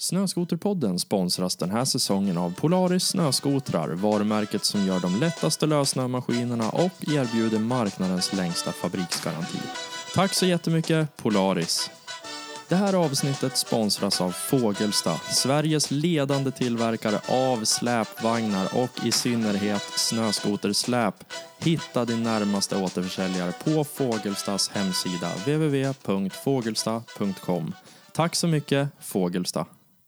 Snöskoterpodden sponsras den här säsongen av Polaris snöskotrar, varumärket som gör de lättaste lössnömaskinerna och erbjuder marknadens längsta fabriksgaranti. Tack så jättemycket, Polaris! Det här avsnittet sponsras av Fågelsta, Sveriges ledande tillverkare av släpvagnar och i synnerhet snöskotersläp. Hitta din närmaste återförsäljare på Fågelstas hemsida www.fågelsta.com. Tack så mycket, Fågelsta!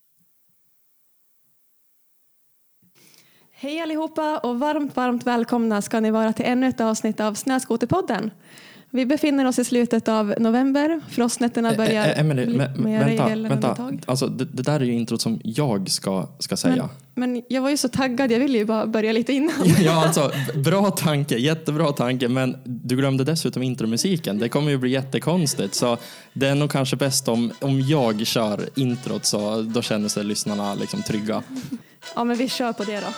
Hej allihopa och varmt välkomna ska ni vara till ännu ett avsnitt av Snöskoterpodden. Vi befinner oss i slutet av november. Frostnätterna börjar vänta. Alltså, det där är ju introt som jag ska säga. Men jag var ju så taggad, jag ville ju bara börja lite innan. Ja, alltså, bra tanke, jättebra tanke. Men du glömde dessutom intromusiken. Det kommer ju bli jättekonstigt. Så det är nog kanske bäst om jag kör introt, så då känner sig lyssnarna liksom trygga. Ja, men vi kör på det då.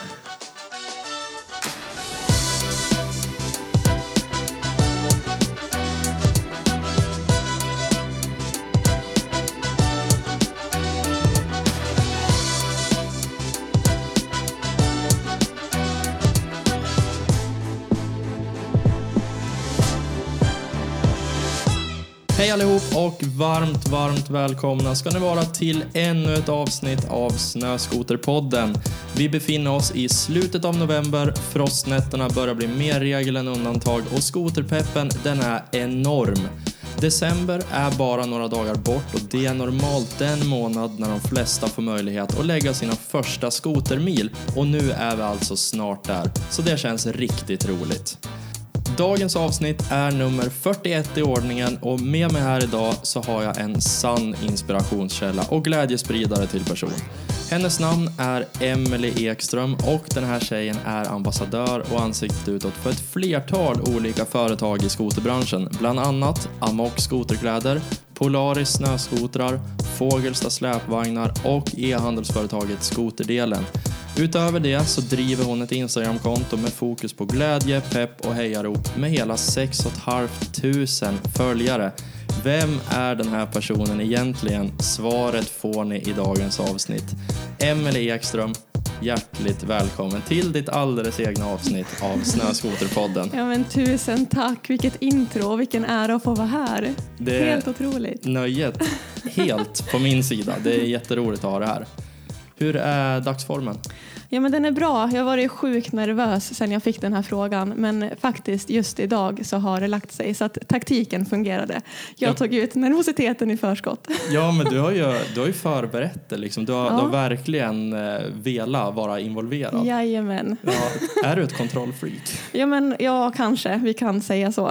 Hej allihop och varmt välkomna ska ni vara till ännu ett avsnitt av Snöskoterpodden. Vi befinner oss i slutet av november, frostnätterna börjar bli mer regel än undantag och skoterpeppen den är enorm. December är bara några dagar bort och det är normalt den månad när de flesta får möjlighet att lägga sina första skotermil och nu är vi alltså snart där, så det känns riktigt roligt. Dagens avsnitt är nummer 41 i ordningen och med mig här idag så har jag en sann inspirationskälla och glädjespridare till person. Hennes namn är Emelie Ekström och den här tjejen är ambassadör och ansiktet utåt för ett flertal olika företag i skoterbranschen. Bland annat Amok skoterkläder, Polaris snöskotrar, Fågelsta släpvagnar och e-handelsföretaget Skoterdelen. Utöver det så driver hon ett Instagramkonto med fokus på glädje, pepp och hejarop med hela 6 500 följare. Vem är den här personen egentligen? Svaret får ni i dagens avsnitt. Emelie Ekström, hjärtligt välkommen till ditt alldeles egna avsnitt av Snöskoterpodden. Ja, men tusen tack, vilket intro, vilken ära att få vara här. Det är helt otroligt. Nöjet helt på min sida, det är jätteroligt att ha det här. Hur är dagsformen? Ja, men den är bra. Jag har varit sjukt nervös sen jag fick den här frågan. Men faktiskt just idag så har det lagt sig. Så att taktiken fungerade. Jag tog ut nervositeten i förskott. Ja, men du har ju förberett det. Liksom. Du har verkligen velat vara involverad. Jajamän. Ja, är du ett kontrollfreak? Ja, kanske. Vi kan säga så.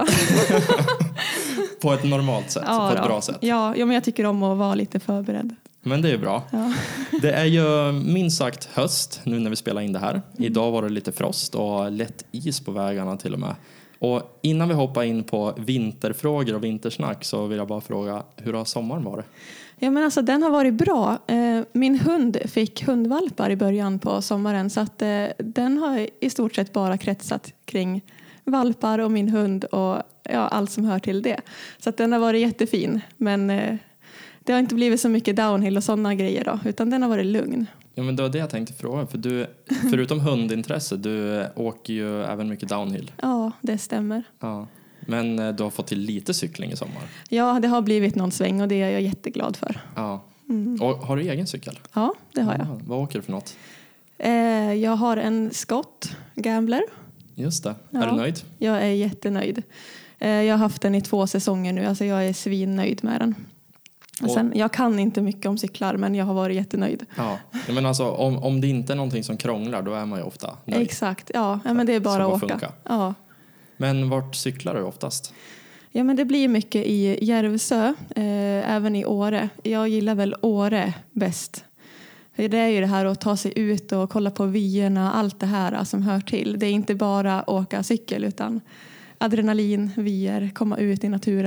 På ett normalt sätt, på ett bra sätt. Ja, men jag tycker om att vara lite förberedd. Men det är bra. Ja. Det är ju minst sagt höst nu när vi spelar in det här. Idag var det lite frost och lätt is på vägarna till och med. Och innan vi hoppar in på vinterfrågor och vintersnack så vill jag bara fråga, hur har sommaren varit? Ja, men alltså den har varit bra. Min hund fick hundvalpar i början på sommaren så att den har i stort sett bara kretsat kring valpar och min hund och allt som hör till det. Så att den har varit jättefin, men det har inte blivit så mycket downhill och sådana grejer då, utan den har varit lugn. Ja, men det var det jag tänkte fråga, för du, förutom hundintresse, du åker ju även mycket downhill. Ja, det stämmer. Ja. Men du har fått till lite cykling i sommar. Ja, det har blivit någon sväng och det är jag jätteglad för. Ja. Och har du egen cykel? Ja, det har jag. Vad åker du för något? Jag har en Scott Gambler. Just det. Ja. Är du nöjd? Jag är jättenöjd. Jag har haft den i 2 säsonger nu, alltså jag är svinnöjd med den. Och sen, jag kan inte mycket om cyklar, men jag har varit jättenöjd. Ja, men alltså om det inte är någonting som krånglar, då är man ju ofta nöjd. Exakt, ja men det är bara att åka. Funka. Ja. Men vart cyklar du oftast? Ja, men det blir mycket i Järvsö, även i Åre. Jag gillar väl Åre bäst. Det är ju det här att ta sig ut och kolla på vyerna, allt det här som hör till. Det är inte bara åka cykel utan adrenalin, vyer, komma ut i naturen.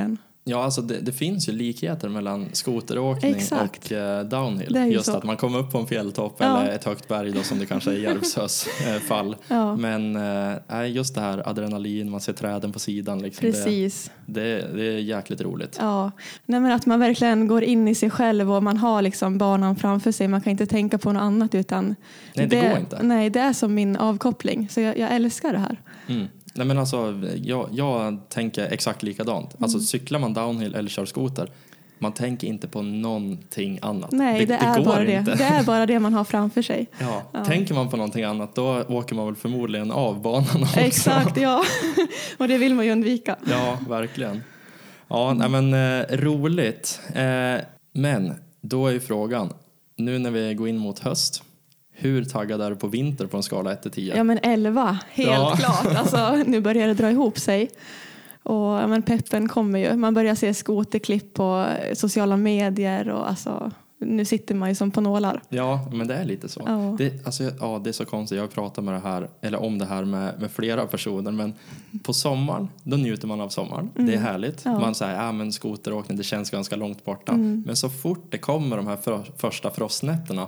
Ja, alltså det finns ju likheter mellan skoteråkning Exakt. och downhill. Just så. Att man kommer upp på en fjälltopp eller ett högt berg då, som det kanske är i Järvsös fall. Ja. Men just det här adrenalin, man ser träden på sidan. Liksom, Precis. Det är jäkligt roligt. Ja, nej, men att man verkligen går in i sig själv och man har liksom banan framför sig. Man kan inte tänka på något annat utan Nej, det går inte. Nej, det är som min avkoppling. Så jag älskar det här. Mm. Nej, men alltså, jag tänker exakt likadant. Alltså cyklar man downhill eller kör skoter, man tänker inte på någonting annat. Nej, det är bara det. Det är bara det man har framför sig. Ja. Tänker man på någonting annat, då åker man väl förmodligen av banan också. Exakt, ja. Och det vill man ju undvika. Ja, verkligen. Ja, nej, men roligt. Men då är ju frågan, nu när vi går in mot höst, hur taggad är du på vinter på en skala 1-10? Ja, men 11, helt klart. Alltså, nu börjar det dra ihop sig. Och men peppen kommer ju. Man börjar se skoterklipp på sociala medier. Och alltså, nu sitter man ju som på nålar. Ja, men det är lite så. Ja. Det är så konstigt. Jag har pratat med det här, eller om det här med flera personer. Men på sommaren, då njuter man av sommaren. Det är härligt. Ja. Man säger, men skoteråkning, det känns ganska långt borta. Men så fort det kommer de här första frostnätterna,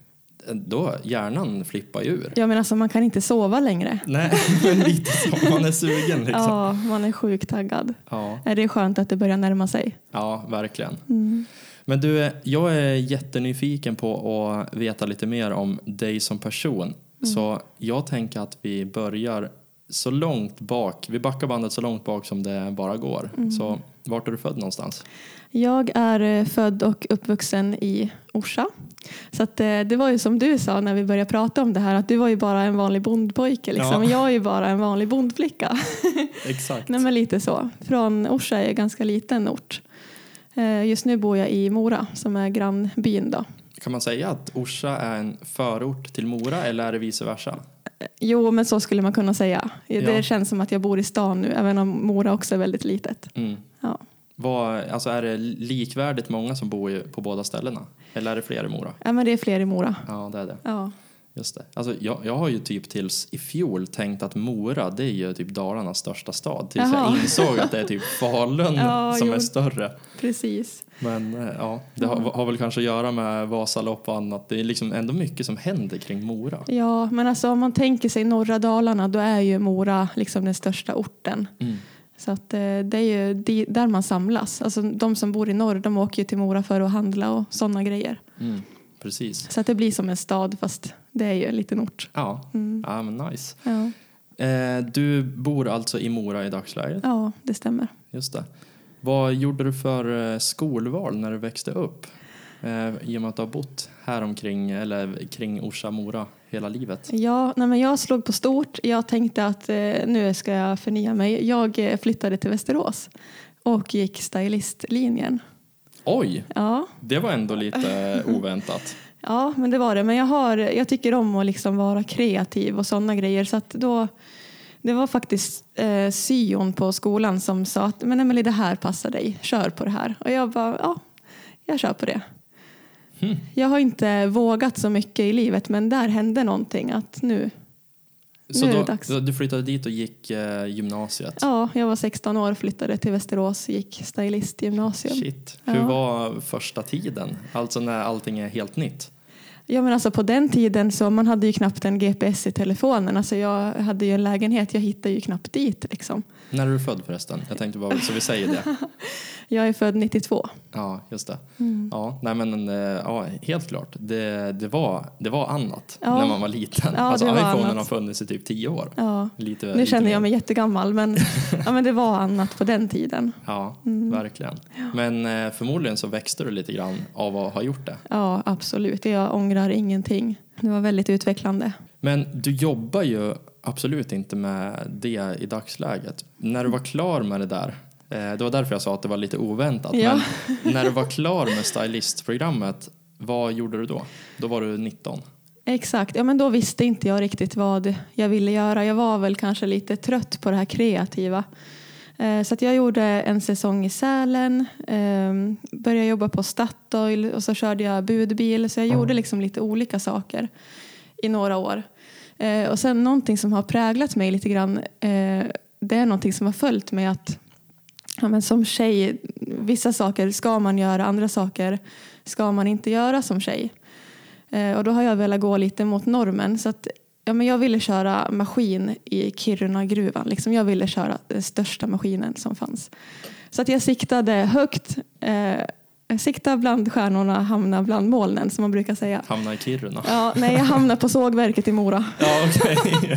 då hjärnan flippar ju ur. Ja, men alltså man kan inte sova längre. Nej, men lite så. Man är sugen liksom. Ja, man är sjukt taggad. Ja. Det är skönt att det börjar närma sig. Ja, verkligen. Men du, jag är jättenyfiken på att veta lite mer om dig som person. Så jag tänker att vi börjar så långt bak. Vi backar bandet så långt bak som det bara går. Så vart är du född någonstans? Jag är född och uppvuxen i Orsa. Så att, det var ju som du sa när vi började prata om det här, att du var ju bara en vanlig bondpojke liksom. Ja. Jag är ju bara en vanlig bondflicka. Exakt. Nej, men lite så. Från Orsa är en ganska liten ort. Just nu bor jag i Mora som är grannbyn då. Kan man säga att Orsa är en förort till Mora eller är det vice versa? Jo, men så skulle man kunna säga. Det känns som att jag bor i stan nu, även om Mora också är väldigt litet. Ja. Alltså är det likvärdigt många som bor på båda ställena? Eller är det fler i Mora? Ja, men det är fler i Mora. Ja, det är det. Ja. Just det. Alltså, jag har ju typ tills i fjol tänkt att Mora, det är ju typ Dalarnas största stad. Tills jag insåg att det är typ Falun som är större. Precis. Men det har väl kanske att göra med Vasalopp och annat. Det är liksom ändå mycket som händer kring Mora. Ja, men alltså om man tänker sig norra Dalarna, då är ju Mora liksom den största orten. Så att det är ju där man samlas. Alltså de som bor i norr, de åker ju till Mora för att handla och sådana grejer. Precis. Så att det blir som en stad, fast det är ju en liten ort. Ja, ja men nice. Ja. Du bor alltså i Mora i dagsläget? Ja, det stämmer. Just det. Vad gjorde du för skolval när du växte upp? I och med att du har bott här omkring, eller kring Orsa, Mora hela livet. Ja, men jag slog på stort. Jag tänkte att nu ska jag förnya mig. Jag flyttade till Västerås och gick stylistlinjen. Oj, ja. Det var ändå lite oväntat. Ja, men det var det. Men jag tycker om att liksom vara kreativ och sådana grejer. Så att då, det var faktiskt syon på skolan som sa att men Emelie, det här passar dig. Kör på det här. Och jag bara, jag kör på det. Jag har inte vågat så mycket i livet, men där hände någonting att nu är det dags. Så du flyttade dit och gick gymnasiet? Ja, jag var 16 år, flyttade till Västerås, gick stylistgymnasium. Shit, hur var första tiden? Alltså när allting är helt nytt? Ja, men alltså på den tiden så man hade ju knappt en GPS i telefonen. Alltså jag hade ju en lägenhet, jag hittade ju knappt dit liksom. När är du född förresten? Jag tänkte bara så vi säger det. Jag är född 92. Ja, just det. Ja, nej men helt klart. Det var annat när man var liten. Ja, alltså iPhonen har funnits i typ 10 år. Ja. Nu känner jag mig jättegammal, men men det var annat på den tiden. Ja, verkligen. Men förmodligen så växte du lite grann av att ha gjort det. Ja, absolut. Jag ångrar ingenting. Det var väldigt utvecklande. Men du jobbar ju absolut inte med det i dagsläget. När du var klar med det där, det var därför jag sa att det var lite oväntat. Ja. Men när du var klar med stylistprogrammet, vad gjorde du då? Då var du 19. Exakt, ja men då visste inte jag riktigt vad jag ville göra. Jag var väl kanske lite trött på det här kreativa. Så att jag gjorde en säsong i Sälen, började jobba på Statoil och så körde jag budbil. Så jag gjorde liksom lite olika saker i några år. Och sen någonting som har präglat mig lite grann, det är någonting som har följt mig, att men som tjej, vissa saker ska man göra, andra saker ska man inte göra som tjej. Och då har jag velat gå lite mot normen. Så att, men jag ville köra maskin i Kiruna-gruvan. Liksom. Jag ville köra den största maskinen som fanns. Så att jag siktade högt. Sikta bland stjärnorna, hamna bland molnen, som man brukar säga. Hamna i Kiruna? Ja, nej, jag hamnade på sågverket i Mora. Ja, okej.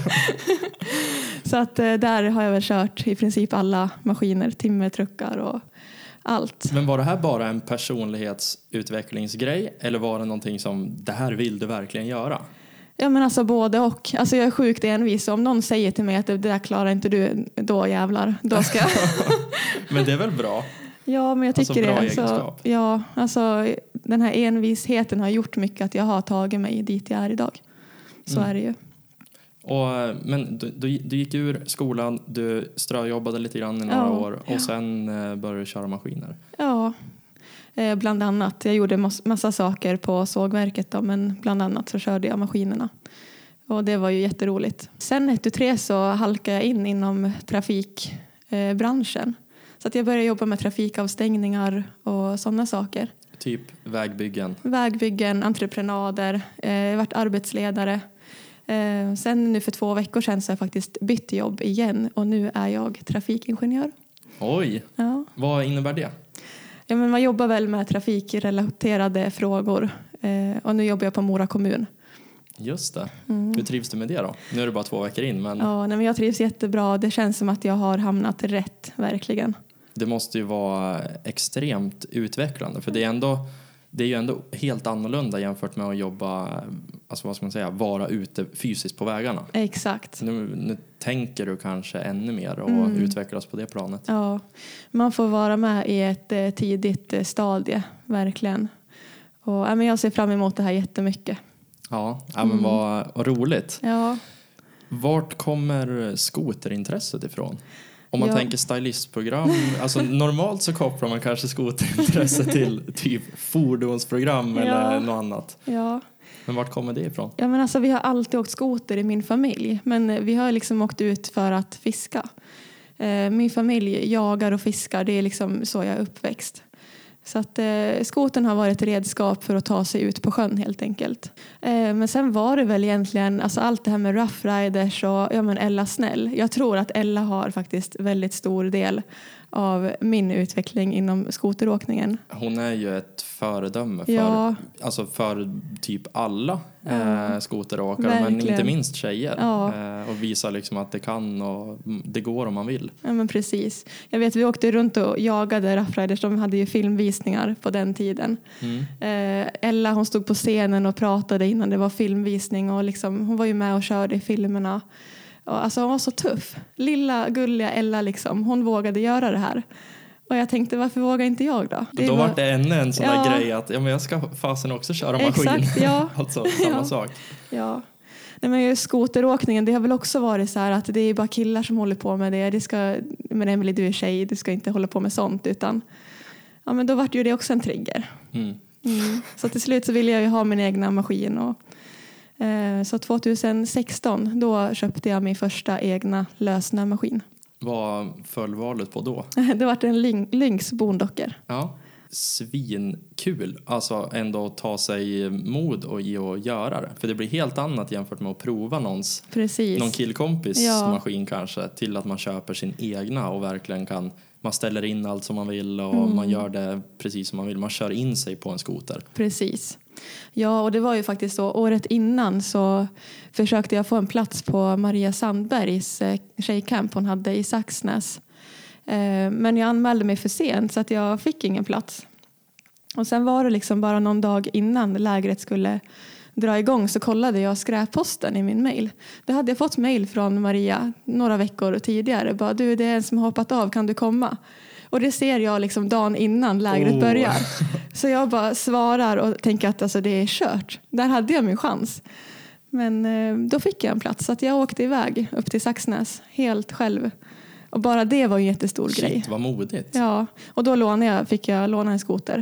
Så att där har jag väl kört i princip alla maskiner, timmertruckar och allt. Men var det här bara en personlighetsutvecklingsgrej? Eller var det någonting som, det här vill du verkligen göra? Ja, men alltså både och. Alltså jag är sjukt envis. Om någon säger till mig att det där klarar inte du, då jävlar. Då ska jag. Men det är väl bra? Ja, men jag tycker bra det. egenskap. Ja, alltså den här envisheten har gjort mycket att jag har tagit mig dit jag är idag. Så är det ju. Men du gick ur skolan, du ströjobbade lite grann i några år och sen började du köra maskiner. Ja, bland annat. Jag gjorde massa saker på sågverket då, men bland annat så körde jag maskinerna. Och det var ju jätteroligt. Sen 1-3 så halkade jag in inom trafikbranschen. Så att jag började jobba med trafikavstängningar och sådana saker. Typ vägbyggen? Vägbyggen, entreprenader, jag har varit arbetsledare. Sen nu för 2 veckor sedan så har jag faktiskt bytt jobb igen och nu är jag trafikingenjör. Oj, ja. Vad innebär det? Ja, men man jobbar väl med trafikrelaterade frågor och nu jobbar jag på Mora kommun. Just det. Hur trivs du med det då? Nu är det bara 2 veckor in. Men... Ja, men jag trivs jättebra. Det känns som att jag har hamnat rätt, verkligen. Det måste ju vara extremt utvecklande för det är ju ändå helt annorlunda jämfört med att jobba, alltså vad ska man säga, vara ute fysiskt på vägarna. Exakt. Nu tänker du kanske ännu mer och utvecklas på det planet. Ja, man får vara med i ett tidigt stadie, verkligen. Och men jag ser fram emot det här jättemycket. Ja, men vad roligt. Ja. Vart kommer skoterintresset ifrån? Om man tänker stylistprogram, alltså normalt så kopplar man kanske skoterintresse till typ fordonsprogram eller något annat. Ja. Men vart kommer det ifrån? Ja, men alltså vi har alltid åkt skoter i min familj, men vi har liksom åkt ut för att fiska. Min familj jagar och fiskar, det är liksom så jag är uppväxt. Så att skoten har varit ett redskap för att ta sig ut på sjön helt enkelt. Men sen var det väl egentligen alltså allt det här med Rough Riders och Ella Snäll. Jag tror att Ella har faktiskt väldigt stor del av min utveckling inom skoteråkningen. Hon är ju ett föredöme för typ alla skoteråkare, verkligen. Men inte minst tjejer. Och visar liksom att det kan och det går om man vill. Ja, men precis. Jag vet, vi åkte runt och jagade Rough Riders. De hade ju filmvisningar på den tiden. Ella, hon stod på scenen och pratade innan det var filmvisning och liksom, hon var ju med och körde i filmerna. Och alltså hon var så tuff. Lilla gulliga Ella liksom, hon vågade göra det här. Och jag tänkte, varför vågar inte jag då? Då var det ännu en sån där grej att men jag ska fasen också köra maskin. Exakt, ja. Alltså samma sak. Ja. Nej, men just skoteråkningen, det har väl också varit så här att det är bara killar som håller på med det. Men Emily, du är tjej, du ska inte hålla på med sånt. Utan, men då var det ju det också en trigger. Så till slut så ville jag ju ha min egna maskin. Och, så 2016, då köpte jag min första egna lösnämaskin. Vad föll valet på då? Det var en Lynx bondocker. Ja, svinkul. Alltså ändå ta sig mod och göra det. För det blir helt annat jämfört med att prova någon killkompis maskin kanske. Till att man köper sin egna och verkligen kan. Man ställer in allt som man vill och man gör det precis som man vill. Man kör in sig på en skoter. Precis. Ja, och det var ju faktiskt så. Året innan så försökte jag få en plats på Maria Sandbergs tjejcamp hon hade i Saxnäs. Men jag anmälde mig för sent så att jag fick ingen plats. Och sen var det liksom bara någon dag innan lägret skulle dra igång så kollade jag skräpposten i min mail. Då hade jag fått mail från Maria några veckor tidigare. Bara, du, det är en som har hoppat av, kan du komma? Och det ser jag liksom dagen innan lägret börjar. Så jag bara svarar och tänker att alltså, det är kört. Där hade jag min chans. Men då fick jag en plats. Så att jag åkte iväg upp till Saxnäs helt själv. Och bara det var en jättestor grej. Shit, vad modigt. Ja, och då fick jag låna en skoter.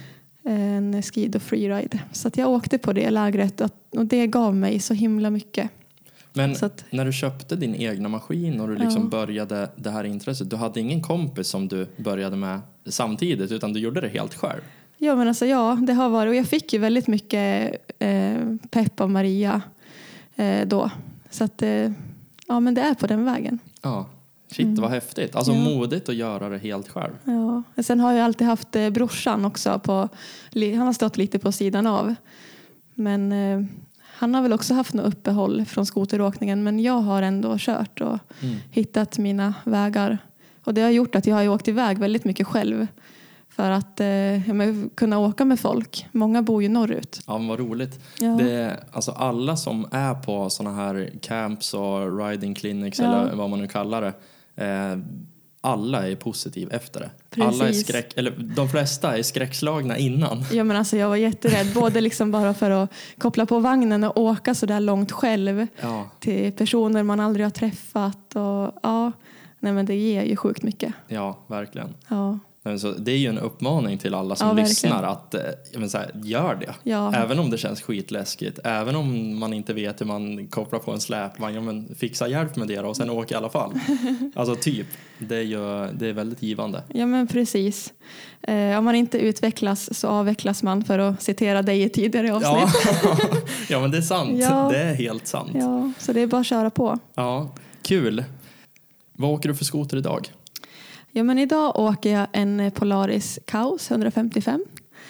En skid och freeride. Så att jag åkte på det lägret och det gav mig så himla mycket. Men när du köpte din egna maskin och du liksom började det här intresset, du hade ingen kompis som du började med samtidigt, utan du gjorde det helt själv? Ja, men alltså det har varit, och jag fick ju väldigt mycket pepp av Maria då. Så att, men det är på den vägen. Ja, shit vad häftigt. Alltså modigt att göra det helt själv. Ja, och sen har jag alltid haft brorsan också. Han har stått lite på sidan av. Men han har väl också haft något uppehåll från skoteråkningen. Men jag har ändå kört och hittat mina vägar. Och det har gjort att jag har åkt iväg väldigt mycket själv. För att kunna åka med folk. Många bor ju norrut. Ja, men vad roligt. Ja. Alltså alla som är på såna här camps och riding clinics eller vad man nu kallar det. Alla är positiv efter det. Precis. Alla är de flesta är skräckslagna innan. Ja, men alltså jag var jätterädd. Både liksom bara för att koppla på vagnen och åka så där långt själv. Till personer man aldrig har träffat. Och men det ger ju sjukt mycket. Ja, verkligen. Ja. Så det är ju en uppmaning till alla som lyssnar att gör det. Ja. Även om det känns skitläskigt. Även om man inte vet hur man kopplar på en släpvagn. Fixa hjälp med det och sen åka i alla fall. Alltså det är väldigt givande. Ja, men precis. Om man inte utvecklas så avvecklas man, för att citera dig i tidigare avsnitt. Ja, men det är sant. Ja. Det är helt sant. Ja, så det är bara att köra på. Ja, kul. Vad åker du för skoter idag? Ja, men idag åker jag en Polaris Kaos 155.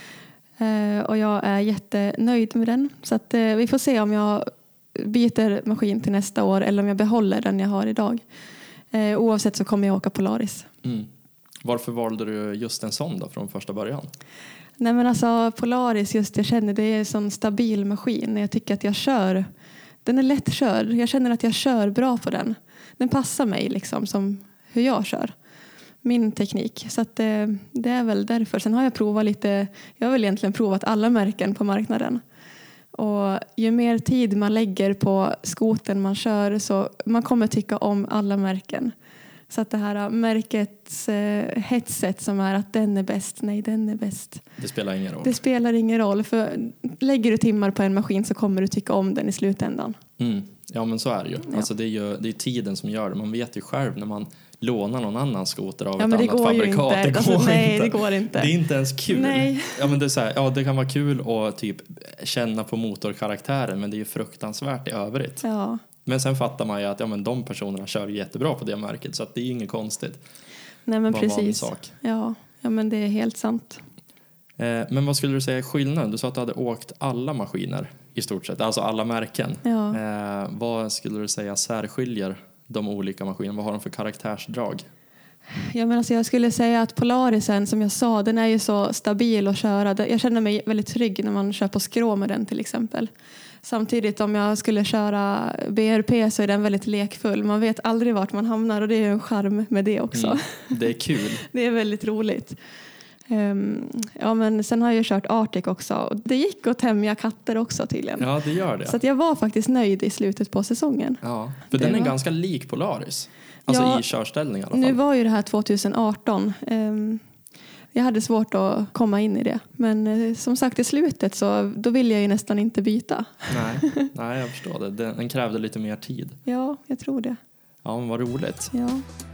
Och jag är jättenöjd med den. Så att vi får se om jag byter maskin till nästa år eller om jag behåller den jag har idag. Oavsett så kommer jag åka Polaris. Mm. Varför valde du just en sån då från första början? Nej, men alltså Polaris, jag känner det är en sån stabil maskin. Jag tycker att jag kör. Den är lättkörd. Jag känner att jag kör bra på den. Den passar mig liksom som hur jag kör. Min teknik. Så att det är väl därför. Sen har jag provat lite. Jag har väl egentligen provat alla märken på marknaden. Och ju mer tid man lägger på skoten man kör, så man kommer tycka om alla märken. Så att det här märkets headset som är att den är bäst. Nej, den är bäst. Det spelar ingen roll. Det spelar ingen roll. För lägger du timmar på en maskin så kommer du tycka om den i slutändan. Mm. Ja, men så är det ju. Ja. Alltså det är tiden som gör det. Man vet ju själv när man lånar någon annan skoter av ett men annat fabrikat. Det går inte. Det är inte ens kul. Nej. Ja, men det är så här, det kan vara kul att typ känna på motorkaraktären, men det är ju fruktansvärt i övrigt. Ja. Men sen fattar man ju att de personerna kör jättebra på det märket, så att det är inget konstigt. Nej, men precis. Ja, men det är helt sant. Men vad skulle du säga är skillnaden? Du sa att du hade åkt alla maskiner i stort sett, alltså alla märken. Ja. Vad skulle du säga särskiljer de olika maskinerna? Vad har de för karaktärsdrag? Ja, men alltså jag skulle säga att Polarisen, som jag sa, den är ju så stabil att köra. Jag känner mig väldigt trygg när man kör på skrå med den till exempel. Samtidigt om jag skulle köra BRP så är den väldigt lekfull. Man vet aldrig vart man hamnar, och det är en charm med det också. Det är kul. Det är väldigt roligt. Men sen har jag kört Arctic också. Och det gick att tämja katter också tydligen. Ja, det gör det. Så att jag var faktiskt nöjd i slutet på säsongen. Ja, för den är ganska lik Polaris. Alltså i körställning i alla fall. Nu var ju det här 2018. Jag hade svårt att komma in i det. Men som sagt, i slutet så då vill jag ju nästan inte byta. Nej, jag förstår det. Den krävde lite mer tid. Ja, jag tror det. Ja, men vad roligt. Ja.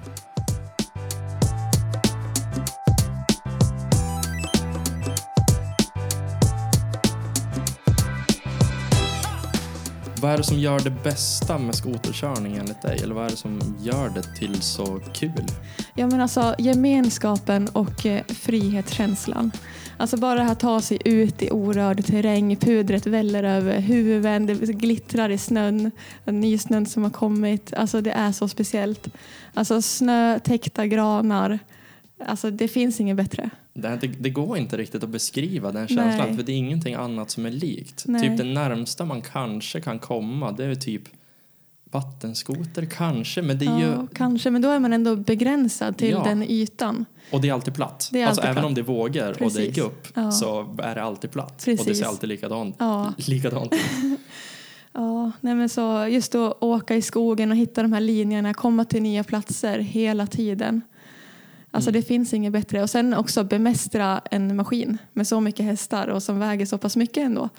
Vad är det som gör det bästa med skoterkörning enligt dig? Eller vad är det som gör det till så kul? Ja, men alltså gemenskapen och frihetskänslan. Alltså bara det här ta sig ut i orörd terräng, pudret väller över huven, det glittrar i snön, den nysnön som har kommit. Alltså det är så speciellt. Alltså snö, täckta granar. Alltså det finns inget bättre. Det går inte riktigt att beskriva den känslan. För det är ingenting annat som är likt. Nej. Typ det närmsta man kanske kan komma, det är typ vattenskoter kanske. Men det är ju... kanske, men då är man ändå begränsad till den ytan. Och det är alltid platt. Det är alltid även platt. om det vågar och det är gupp så är det alltid platt. Precis. Och det ser alltid likadant ut. Ja, nej men så just att åka i skogen och hitta de här linjerna, komma till nya platser hela tiden. Alltså det finns inget bättre. Och sen också bemästra en maskin med så mycket hästar och som väger så pass mycket ändå. Ja.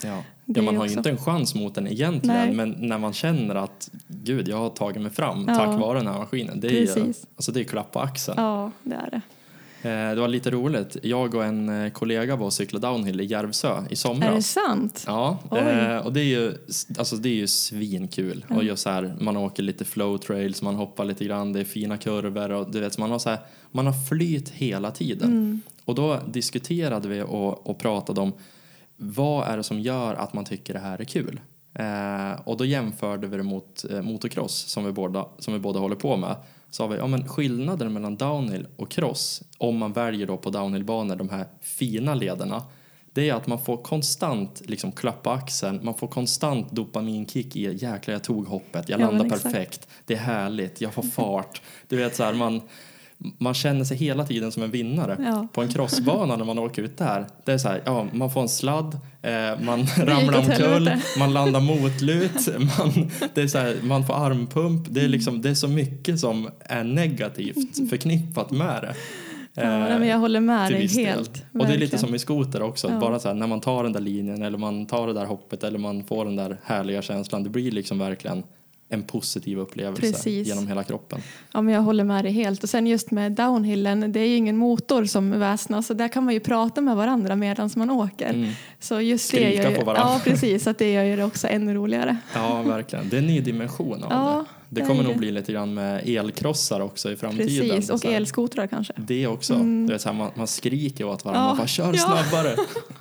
Man har ju inte en chans mot den egentligen. Nej. Men när man känner att gud, jag har tagit mig fram tack vare den här maskinen. Det är ju, alltså det är klapp på axeln. Ja, det är det. Det var lite roligt. Jag och en kollega var och cyklade downhill i Järvsö i somras. Är det sant? Ja, och det är ju svinkul. Och just så här, man åker lite flow trails, man hoppar lite grann, det är fina kurvor och du vet, man har flyt hela tiden. Och då diskuterade vi och pratade om vad är det som gör att man tycker det här är kul. Och då jämförde vi det mot motocross som vi båda håller på med. Så har vi, men skillnaden mellan downhill och cross, om man väljer då på downhillbanor de här fina lederna, det är att man får konstant liksom klappa axeln, man får konstant dopaminkick i jäklar jag tog hoppet, jag landar perfekt, det är härligt, jag får fart. Du vet så här, man känner sig hela tiden som en vinnare. Ja. På en crossbana när man åker ut där, det är så här, man får en sladd, man ramlar omkull, man landar motlut, det är så här, man får armpump, det är liksom, det är så mycket som är negativt förknippat med det. Ja, men jag håller med dig helt. Och det är lite som i skoter också, bara så här, när man tar den där linjen eller man tar det där hoppet eller man får den där härliga känslan, det blir liksom verkligen en positiv upplevelse genom hela kroppen. Ja, men jag håller med dig helt. Och sen just med downhillen, det är ju ingen motor som väsnar, så där kan man ju prata med varandra medan man åker. Så just skrika det på varandra. Ja, precis. Att det gör det också ännu roligare. Ja, verkligen. Det är en ny dimension av det. Det kommer nog bli lite grann med elkrossar också i framtiden. Precis, och elskotrar kanske. Det också. Det är så här, man skriker åt varandra, man bara kör snabbare.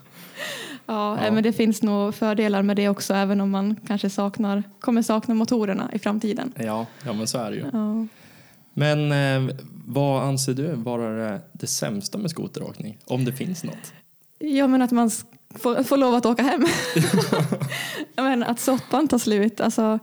Ja, men det finns nog fördelar med det också, även om man kanske kommer sakna motorerna i framtiden. Ja, men så är det ju. Ja. Men vad anser du vara det sämsta med skoteråkning? Om det finns något? Ja, men att man får lov att åka hem. Men att soppan tar slut. Alltså,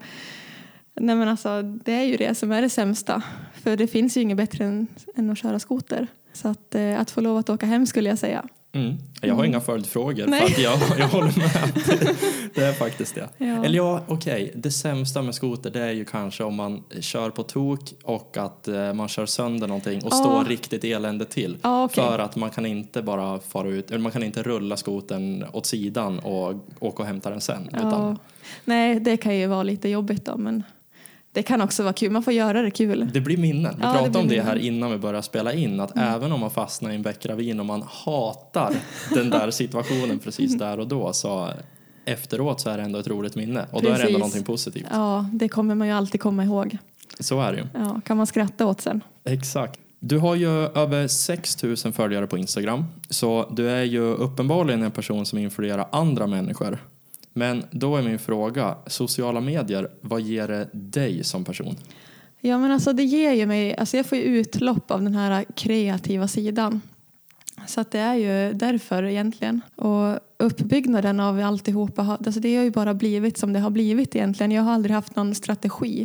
det är ju det som är det sämsta. För det finns ju inget bättre än att köra skoter. Så att få lov att åka hem skulle jag säga. Jag har inga följdfrågor för att jag håller med. Det är faktiskt det. Ja. Eller det sämsta med skoter, det är ju kanske om man kör på tok och att man kör sönder någonting och står riktigt elände till. För att man kan inte bara fara ut, eller man kan inte rulla skoten åt sidan och åka och hämta den sen. Utan... Nej, det kan ju vara lite jobbigt då, men... Det kan också vara kul, man får göra det kul. Det blir minnen. Vi pratade om det här innan vi började spela in. Att även om man fastnar i en bäckravin och man hatar den där situationen precis där och då. Så efteråt så är det ändå ett roligt minne. Och då är det ändå någonting positivt. Ja, det kommer man ju alltid komma ihåg. Så är det ju. Ja, kan man skratta åt sen. Exakt. Du har ju över 6 000 följare på Instagram. Så du är ju uppenbarligen en person som influerar andra människor. Men då är min fråga, sociala medier, vad ger det dig som person? Ja, men alltså det ger ju mig, alltså jag får ju utlopp av den här kreativa sidan. Så att det är ju därför egentligen. Och uppbyggnaden av alltihopa, alltså det har ju bara blivit som det har blivit egentligen. Jag har aldrig haft någon strategi.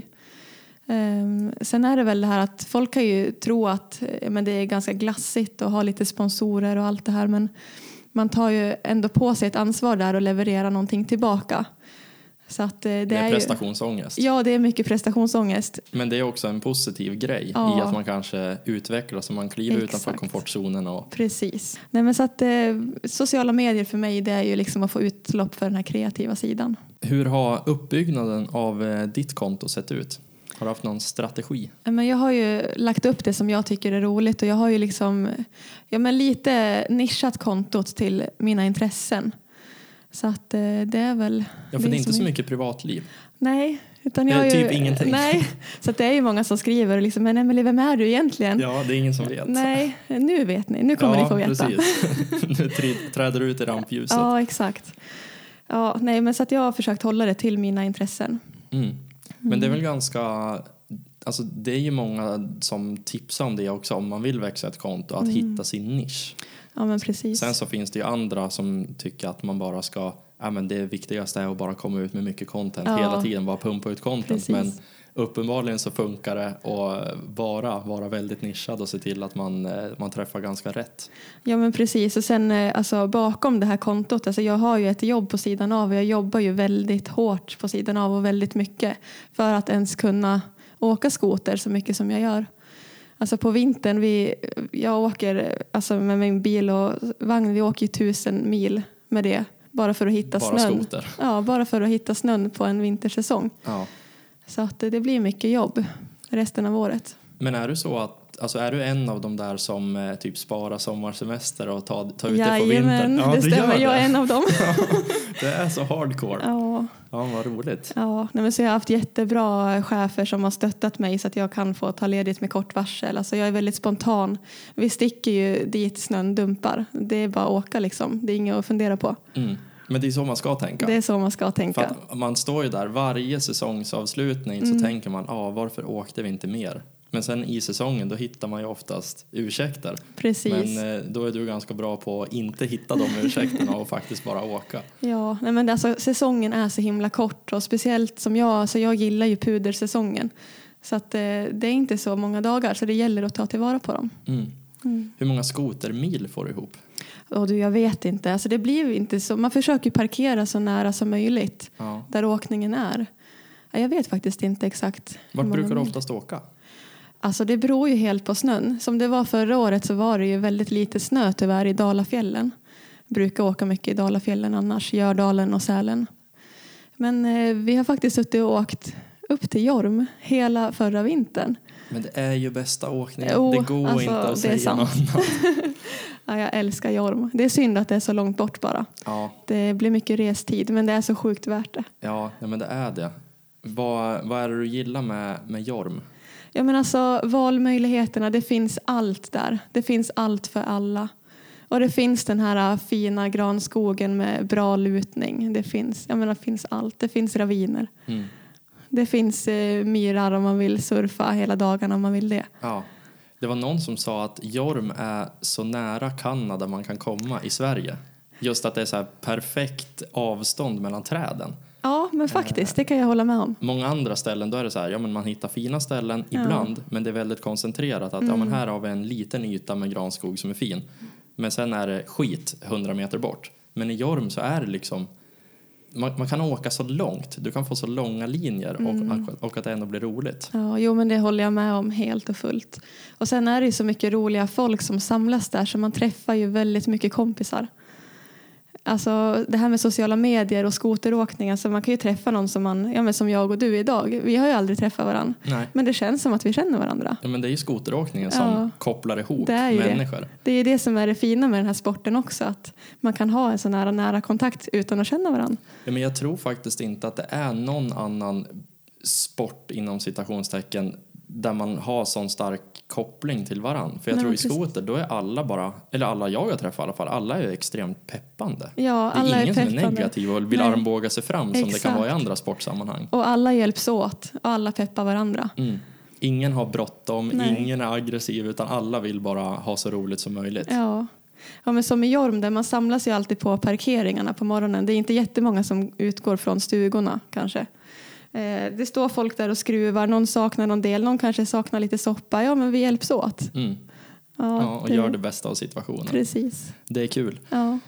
Sen är det väl det här att folk kan ju tro att men det är ganska glassigt och ha lite sponsorer och allt det här, men man tar ju ändå på sig ett ansvar där och levererar någonting tillbaka. Så att det är prestationsångest. Ja, det är mycket prestationsångest. Men det är också en positiv grej i att man kanske utvecklas och man kliver utanför komfortzonen. Och... Precis. Nej, men så att sociala medier för mig, det är ju liksom att få utlopp för den här kreativa sidan. Hur har uppbyggnaden av ditt konto sett ut? Har du haft någon strategi? Men jag har ju lagt upp det som jag tycker är roligt. Och jag har ju liksom lite nischat kontot till mina intressen. Så att det är väl... Ja, för det är inte så mycket privatliv. Nej. Utan jag typ ingenting. Nej, så att det är ju många som skriver liksom, men Emelie, vem är du egentligen? Ja, det är ingen som vet. Nej, nu vet ni. Nu kommer ni få veta. Precis. Nu träder du ut i rampljuset. Ja, exakt. Ja, nej, men så att jag har försökt hålla det till mina intressen. Men det är väl ganska, alltså det är ju många som tipsar om det också, om man vill växa ett konto, att hitta sin nisch. Ja, men precis. Sen så finns det ju andra som tycker att man bara ska, men det viktigaste är att bara komma ut med mycket content hela tiden, bara pumpa ut content. Precis. Men uppenbarligen så funkar det att bara vara väldigt nischad och se till att man träffar ganska rätt. Ja, men precis. Och sen alltså, bakom det här kontot, alltså, jag har ju ett jobb på sidan av och jag jobbar ju väldigt hårt på sidan av och väldigt mycket för att ens kunna åka skoter så mycket som jag gör. Alltså på vintern, jag åker alltså med min bil och vagn, vi åker ju 1000 mil med det. Bara för att hitta bara snön. skoter. Ja, bara för att hitta snön på en vintersäsong. Ja. Så att det blir mycket jobb resten av året. Men är du så att, alltså är du en av de där som typ sparar sommarsemester och tar ut det på vintern? Jajamän, det stämmer. Jag är en av dem. Det är så hardcore. Ja. Ja, vad roligt. Ja, nej, men så jag har haft jättebra chefer som har stöttat mig så att jag kan få ta ledigt med kort varsel. Alltså jag är väldigt spontan. Vi sticker ju dit snön dumpar. Det är bara att åka liksom. Det är inget att fundera på. Mm. Men det är så man ska tänka. Det är så man ska tänka. För att man står ju där varje säsongsavslutning så tänker man, varför åkte vi inte mer? Men sen i säsongen då hittar man ju oftast ursäkter. Precis. Men då är du ganska bra på att inte hitta de ursäkterna och faktiskt bara åka. Ja, nej men alltså, säsongen är så himla kort och speciellt som jag, så jag gillar ju pudersäsongen. Så att det är inte så många dagar så det gäller att ta tillvara på dem. Hur många skotermil får du ihop? Och jag vet inte, alltså det blir ju inte så, man försöker parkera så nära som möjligt där åkningen är. Jag vet faktiskt inte exakt. Vart brukar du oftast åka? Alltså det beror ju helt på snön. Som det var förra året så var det ju väldigt lite snö tyvärr i Dalafjällen. Brukar åka mycket i Dalafjällen annars, Gördalen och Sälen. Men vi har faktiskt suttit och åkt upp till Jorm hela förra vintern. Men det är ju bästa åkningen. Det går alltså, inte att säga något annat. Ja, jag älskar Jorm. Det är synd att det är så långt bort bara. Ja. Det blir mycket restid men det är så sjukt värt det. Ja, men det är det. Vad är det du gillar med Jorm? Ja, men alltså valmöjligheterna, det finns allt där. Det finns allt för alla. Och det finns den här fina granskogen med bra lutning. Det finns allt. Det finns raviner. Det finns myrar om man vill surfa hela dagarna om man vill det. Ja. Det var någon som sa att Jorm är så nära Kanada man kan komma i Sverige. Just att det är så här perfekt avstånd mellan träden. Ja, men faktiskt, det kan jag hålla med om. Många andra ställen, då är det så här, man hittar fina ställen ibland, men det är väldigt koncentrerat. Att men här har vi en liten yta med granskog som är fin. Men sen är det skit 100 meter bort. Men i Jorm så är det liksom, man kan åka så långt. Du kan få så långa linjer och att det ändå blir roligt. Ja, jo men det håller jag med om helt och fullt. Och sen är det ju så mycket roliga folk som samlas där så man träffar ju väldigt mycket kompisar. Alltså det här med sociala medier och skoteråkning, alltså man kan ju träffa någon som jag och du idag. Vi har ju aldrig träffat varandra. Nej. Men det känns som att vi känner varandra. Ja, men det är ju skoteråkningen som kopplar ihop människor. Det är det som är det fina med den här sporten också, att man kan ha en sån här nära kontakt utan att känna varandra. Ja, men jag tror faktiskt inte att det är någon annan sport inom citationstecken där man har sån stark koppling till varann. För jag tror i skoter, då är alla jag har träffat i alla fall, alla är extremt peppande. Ja, det alla är ingen peppande. Som är negativ och vill armbåga sig fram som det kan vara i andra sportsammanhang. Och alla hjälps åt och alla peppar varandra. Ingen har bråttom, ingen är aggressiv utan alla vill bara ha så roligt som möjligt. Ja, men som i Jorm där man samlas ju alltid på parkeringarna på morgonen. Det är inte jättemånga som utgår från stugorna kanske. Det står folk där och skruvar, någon saknar någon del, någon kanske saknar lite soppa. Ja, men vi hjälps åt. Och gör det bästa av situationen. Precis. Det är kul. Ja.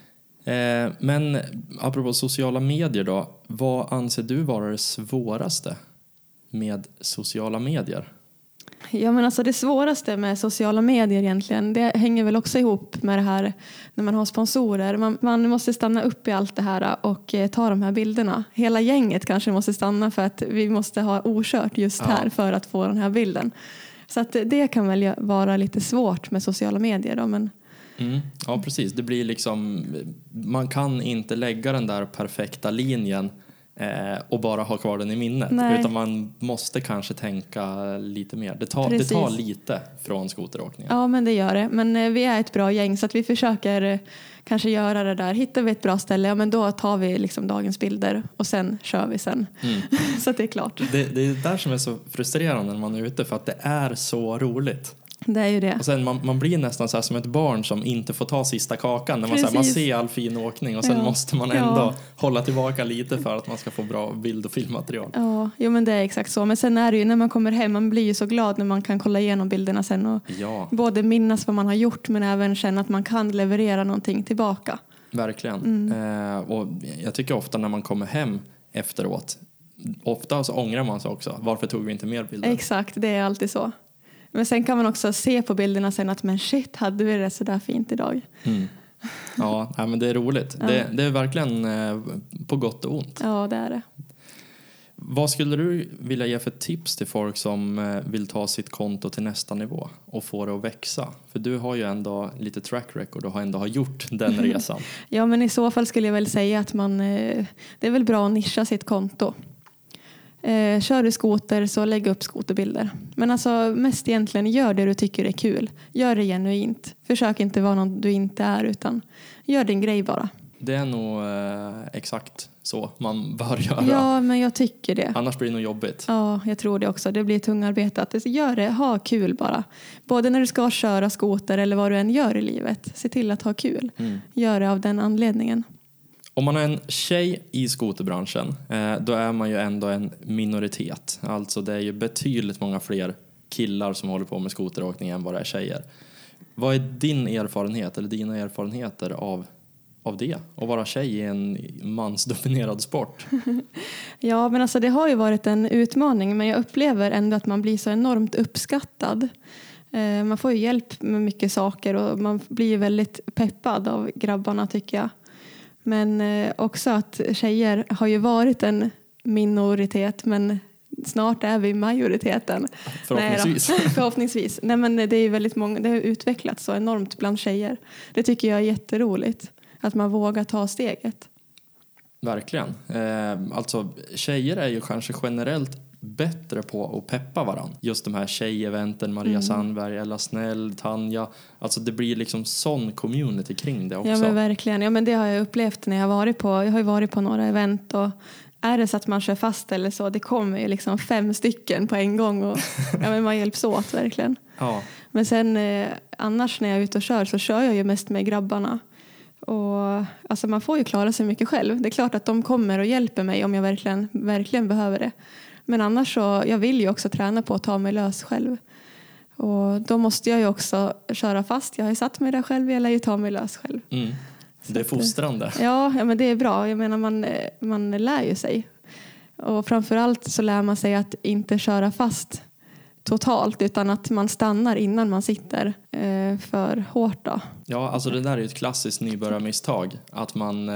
Men apropå sociala medier då, vad anser du vara det svåraste med sociala medier? Ja, men alltså det svåraste med sociala medier egentligen, det hänger väl också ihop med det här när man har sponsorer. Man måste stanna upp i allt det här och ta de här bilderna. Hela gänget kanske måste stanna för att vi måste ha okört just här för att få den här bilden. Så att det kan väl vara lite svårt med sociala medier då, men... Ja, precis. Det blir liksom, man kan inte lägga den där perfekta linjen och bara ha kvar den i minnet. Nej. Utan man måste kanske tänka lite mer. Det tar lite från skoteråkningen. Ja, men det gör det. Men vi är ett bra gäng så att vi försöker kanske göra det där. Hittar vi ett bra ställe, ja, men då tar vi liksom dagens bilder och sen kör vi sen. Så att det är klart. Det är där som är så frustrerande när man är ute, för att det är så roligt. Det är ju det. Och sen man blir nästan så här som ett barn som inte får ta sista kakan när man ser all fin åkning och sen måste man ändå hålla tillbaka lite för att man ska få bra bild- och filmmaterial. Ja, jo, men det är exakt så. Men sen är det ju när man kommer hem, man blir ju så glad när man kan kolla igenom bilderna sen och både minnas vad man har gjort men även känna att man kan leverera någonting tillbaka. Verkligen. Och jag tycker ofta när man kommer hem efteråt, ofta så ångrar man sig också. Varför tog vi inte mer bilder? Exakt, det är alltid så. Men sen kan man också se på bilderna sen att men shit, hade vi det så där fint idag. Ja, men det är roligt. Ja. Det är verkligen på gott och ont. Ja, det är det. Vad skulle du vilja ge för tips till folk som vill ta sitt konto till nästa nivå och få det att växa? För du har ju ändå lite track record och har gjort den resan. Ja, men i så fall skulle jag väl säga att det är väl bra att nischa sitt konto. Kör du skoter så lägg upp skoterbilder. Men alltså mest egentligen gör det du tycker är kul. Gör det genuint. Försök inte vara någon du inte är, utan gör din grej bara. Det är nog exakt så man bör göra. Ja, men jag tycker det. Annars blir det nog jobbigt. Ja, jag tror det också. Det blir tungarbetat. Gör det, ha kul bara. Både när du ska köra skoter eller vad du än gör i livet. Se till att ha kul. Gör det av den anledningen. Om man är en tjej i skoterbranschen, då är man ju ändå en minoritet. Alltså det är ju betydligt många fler killar som håller på med skoteråkning än vad det är tjejer. Vad är din erfarenhet eller dina erfarenheter av det? Att vara tjej i en mansdominerad sport? Ja, men alltså det har ju varit en utmaning, men jag upplever ändå att man blir så enormt uppskattad. Man får ju hjälp med mycket saker och man blir väldigt peppad av grabbarna, tycker jag. Men också att tjejer har ju varit en minoritet, men snart är vi majoriteten. Förhoppningsvis. Nej, förhoppningsvis. Nej, men det är väldigt många, det har utvecklats så enormt bland tjejer. Det tycker jag är jätteroligt. Att man vågar ta steget. Verkligen. Alltså tjejer är ju kanske generellt bättre på att peppa varann. Just de här tjejeventen, Maria Sandberg, Ella Snäll, Tanja. Alltså det blir liksom sån community kring det också. Ja, men verkligen. Ja, men det har jag upplevt när jag har ju varit på några event, och är det så att man kör fast eller så, det kommer ju liksom 5 stycken på en gång och ja, men man hjälps åt verkligen. Ja. Men sen annars när jag är ute och kör så kör jag ju mest med grabbarna. Och alltså man får ju klara sig mycket själv. Det är klart att de kommer och hjälper mig om jag verkligen behöver det. Men annars så, jag vill ju också träna på att ta mig lös själv. Och då måste jag ju också köra fast. Jag har ju satt mig där själv, jag lär ju ta mig lös själv. Det är fostrande. Ja, men det är bra. Jag menar, man lär ju sig. Och framförallt så lär man sig att inte köra fast totalt, utan att man stannar innan man sitter för hårt då. Ja, alltså det där är ju ett klassiskt nybörjarmisstag. Att man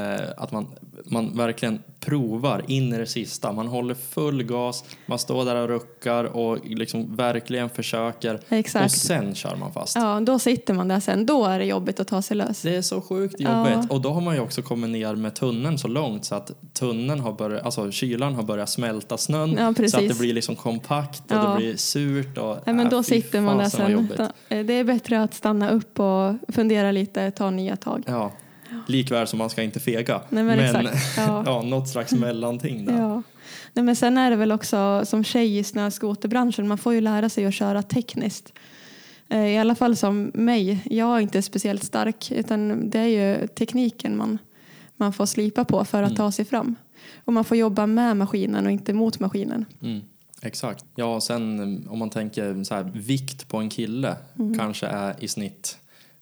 verkligen provar in i det sista. Man håller full gas, man står där och ruckar och liksom verkligen försöker. Exakt. Och sen kör man fast. Ja, då sitter man där sen. Då är det jobbigt att ta sig lös. Det är så sjukt jobbigt. Ja. Och då har man ju också kommit ner med tunneln så långt så att tunneln har börjat, alltså kylan har börjat smälta snön. Ja, så att det blir liksom kompakt och det blir surt. Och, ja, men då sitter man där sen. Det är bättre att stanna upp och fundera lite, ta nya tag. Ja. Likväl som man ska inte fega. Nej, men exakt. Ja, något slags mellanting där. Ja. Nej, men sen är det väl också som tjej i snöskoterbranschen, man får ju lära sig att köra tekniskt. I alla fall som mig. Jag är inte speciellt stark, utan det är ju tekniken man får slipa på för att ta sig fram. Och man får jobba med maskinen och inte mot maskinen. Exakt. Ja, sen om man tänker så här, vikt på en kille kanske är i snitt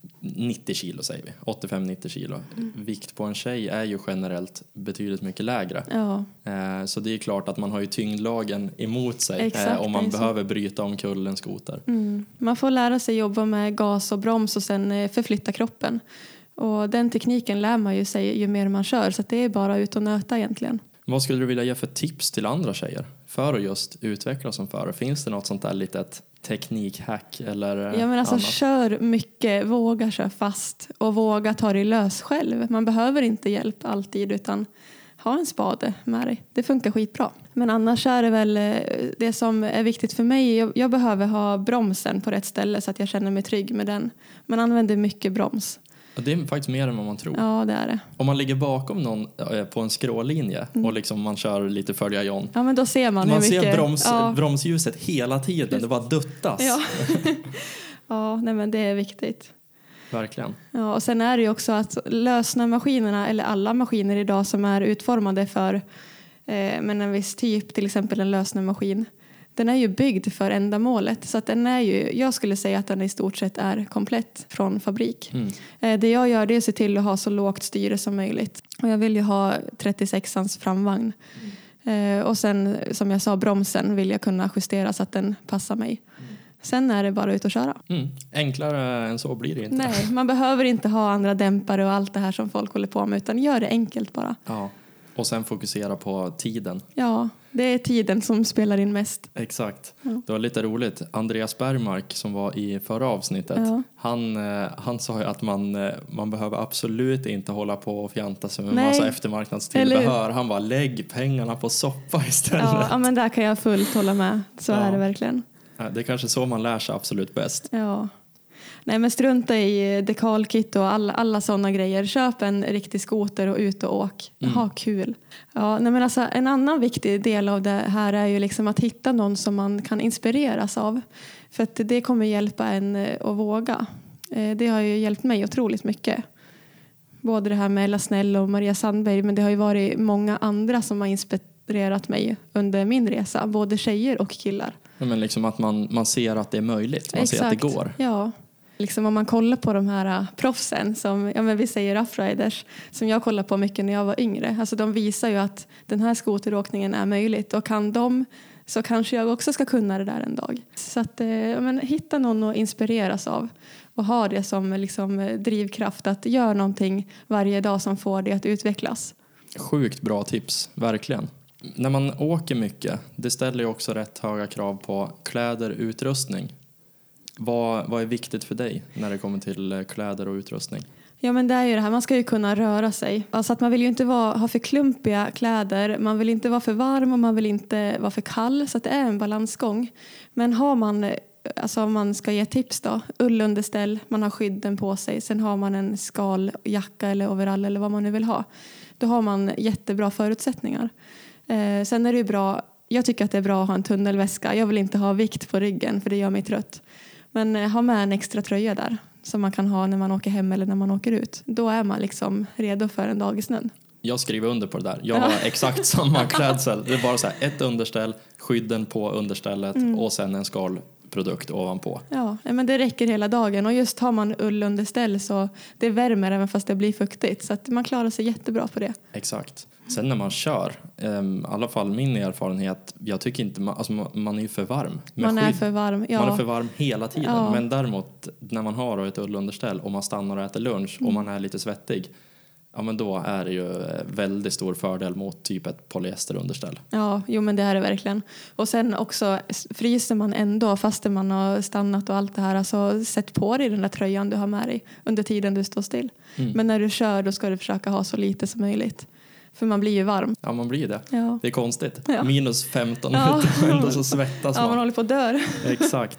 90 kilo säger vi, 85-90 kilo. Vikt på en tjej är ju generellt betydligt mycket lägre. Ja. Så det är klart att man har ju tyngdlagen emot sig om man behöver bryta omkull en skoter. Man får lära sig jobba med gas och broms och sen förflytta kroppen. Och den tekniken lär man ju sig ju mer man kör, så att det är bara ut och nöta egentligen. Vad skulle du vilja ge för tips till andra tjejer för att just utvecklas som förare? Finns det något sånt där litet teknikhack eller ja, men alltså annat? Kör mycket, våga köra fast och våga ta dig lös själv. Man behöver inte hjälp alltid, utan ha en spade med dig. Det funkar skitbra. Men annars är det väl det som är viktigt för mig. Jag behöver ha bromsen på rätt ställe så att jag känner mig trygg med den. Man använder mycket broms. Det är faktiskt mer än vad man tror. Ja, det är det. Om man ligger bakom någon på en skrålinje och liksom man kör lite följa John. Ja, men då ser man hur mycket... Man ser bromsljuset hela tiden. Det bara duttas. Ja, ja, nej, men det är viktigt. Verkligen. Ja, och sen är det ju också att lösna maskinerna, eller alla maskiner idag som är utformade för men en viss typ, till exempel en lösnarmaskin. Den är ju byggd för ändamålet, så att den är ju, jag skulle säga att den i stort sett är komplett från fabrik. Det jag gör, det är att se till att ha så lågt styre som möjligt. Och jag vill ju ha 36ans framvagn. Och sen, som jag sa, bromsen vill jag kunna justera så att den passar mig. Sen är det bara ut och köra. Enklare än så blir det inte. Nej, man behöver inte ha andra dämpare och allt det här som folk håller på med, utan gör det enkelt bara. Ja, och sen fokusera på tiden. Ja, det är tiden som spelar in mest. Exakt. Det var lite roligt. Andreas Bergmark som var i förra avsnittet, han sa ju att man behöver absolut inte hålla på och fjanta sig med massa eftermarknadstillbehör. Han bara, lägg pengarna på soppa istället. Ja, men där kan jag fullt hålla med. Så är det verkligen. Det är kanske så man lär sig absolut bäst. Ja. Nej, men strunta i dekalkit och alla sådana grejer. Köp en riktig skoter och ut och åk. Ha kul. Ja, nej, men alltså, en annan viktig del av det här är ju liksom att hitta någon som man kan inspireras av. För att det kommer hjälpa en att våga. Det har ju hjälpt mig otroligt mycket. Både det här med Ella Snäll och Maria Sandberg, men det har ju varit många andra som har inspirerat mig under min resa. Både tjejer och killar. Ja, men liksom att man ser att det är möjligt. Man ser att det går. Ja. Liksom om man kollar på de här proffsen som men vi säger Roughriders som jag kollade på mycket när jag var yngre. Alltså de visar ju att den här skoteråkningen är möjligt, och kan de så kanske jag också ska kunna det där en dag. Så att hitta någon att inspireras av och ha det som liksom drivkraft att göra någonting varje dag som får det att utvecklas. Sjukt bra tips, verkligen. När man åker mycket, det ställer ju också rätt höga krav på kläder, utrustning. Vad är viktigt för dig när det kommer till kläder och utrustning? Ja, men det är ju det här, man ska ju kunna röra sig. Alltså att man vill ju inte ha för klumpiga kläder, man vill inte vara för varm och man vill inte vara för kall, så att det är en balansgång. Men har man, alltså om man ska ge tips då, ullunderställ, man har skydden på sig, sen har man en skaljacka eller overall eller vad man nu vill ha. Då har man jättebra förutsättningar. Sen är det ju bra, jag tycker att det är bra att ha en tunnelväska. Jag vill inte ha vikt på ryggen för det gör mig trött. Men ha med en extra tröja där som man kan ha när man åker hem eller när man åker ut. Då är man liksom redo för en dag i snön. Jag skriver under på det där. Jag har exakt samma klädsel. Det är bara så här, ett underställ, skydden på understället och sen en skalprodukt ovanpå. Ja, men det räcker hela dagen. Och just har man ullunderställ så det värmer även fast det blir fuktigt. Så att man klarar sig jättebra på det. Exakt. Sen när man kör, i alla fall min erfarenhet, jag tycker inte, man är ju för varm. Man är för varm, ja. Man är för varm hela tiden. Ja. Men däremot när man har ett ullunderställ och man stannar och äter lunch och man är lite svettig, ja men då är det ju väldigt stor fördel mot typ ett polyesterunderställ. Ja, jo men det är det verkligen. Och sen också fryser man ändå fast man har stannat och allt det här. Alltså sätt på dig den där tröjan du har med dig under tiden du står still. Men när du kör då ska du försöka ha så lite som möjligt. För man blir ju varm. Ja, man blir det. Ja. Det är konstigt. Ja. Minus 15 ute och ändå så svettas man. Ja, man håller på att dör. Exakt.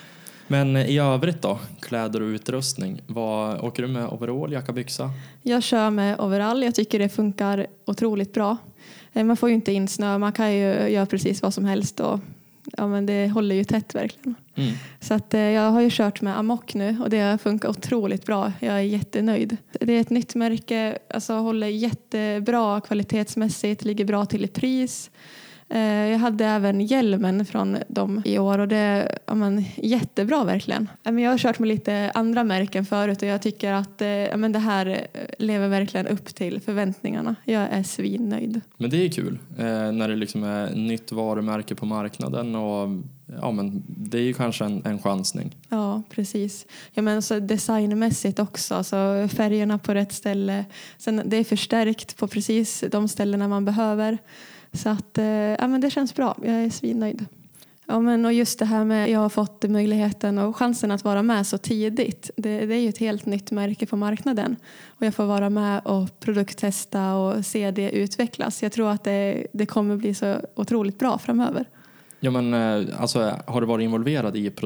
Men i övrigt då, kläder och utrustning. Åker du med overall, jacka, byxa? Jag kör med overall. Jag tycker det funkar otroligt bra. Man får ju inte in snö. Man kan ju göra precis vad som helst. Och, ja, men det håller ju tätt verkligen. Så att, jag har ju kört med Amok nu. Och det funkar otroligt bra. Jag är jättenöjd. Det är ett nytt märke. Alltså håller jättebra kvalitetsmässigt. Ligger bra till i pris. Jag hade även hjälmen från dem i år och det är jättebra verkligen. Jag har kört med lite andra märken förut och jag tycker att det här lever verkligen upp till förväntningarna. Jag är svinnöjd. Men det är kul när det liksom är nytt varumärke på marknaden och det är ju kanske en chansning. Ja, precis. Så designmässigt också, alltså färgerna på rätt ställe. Sen det är förstärkt på precis de ställena man behöver. Så att det känns bra. Jag är svinnöjd. Och just det här med jag har fått möjligheten och chansen att vara med så tidigt. Det är ju ett helt nytt märke på marknaden. Och jag får vara med och produkttesta och se det utvecklas. Jag tror att det kommer bli så otroligt bra framöver. Ja, men har du varit involverad i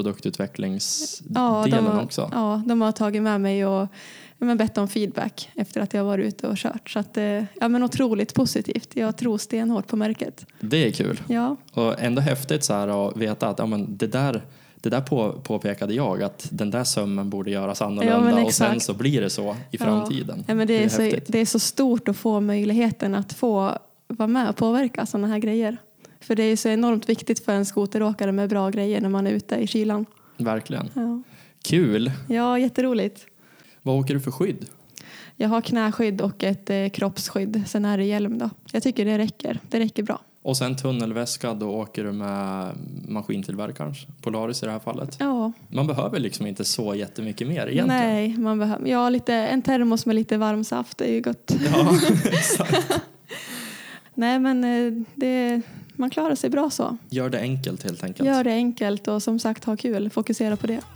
produktutvecklingsdelen också? Ja, de har tagit med mig och bett om feedback efter att jag var ute och kört. Så att, otroligt positivt. Jag tror stenhårt på märket. Det är kul. Ja. Och ändå häftigt så här att veta att det där påpekade jag att den där sömmen borde göras annorlunda och sen så blir det så i framtiden. Ja, men det är så stort att få möjligheten att få vara med och påverka sådana här grejer. För det är så enormt viktigt för en skoteråkare med bra grejer när man är ute i kylan. Verkligen. Ja. Kul. Ja, jätteroligt. Vad åker du för skydd? Jag har knäskydd och ett kroppsskydd. Sen är det hjälm då. Jag tycker det räcker. Det räcker bra. Och sen tunnelväska, då åker du med maskintillverkaren, Polaris i det här fallet. Ja. Man behöver liksom inte så jättemycket mer egentligen. Nej, man behöver en termos med lite varm saft är ju gott. Ja, exakt. Nej, men man klarar sig bra så. Gör det enkelt helt enkelt. Gör det enkelt och som sagt ha kul, fokusera på det.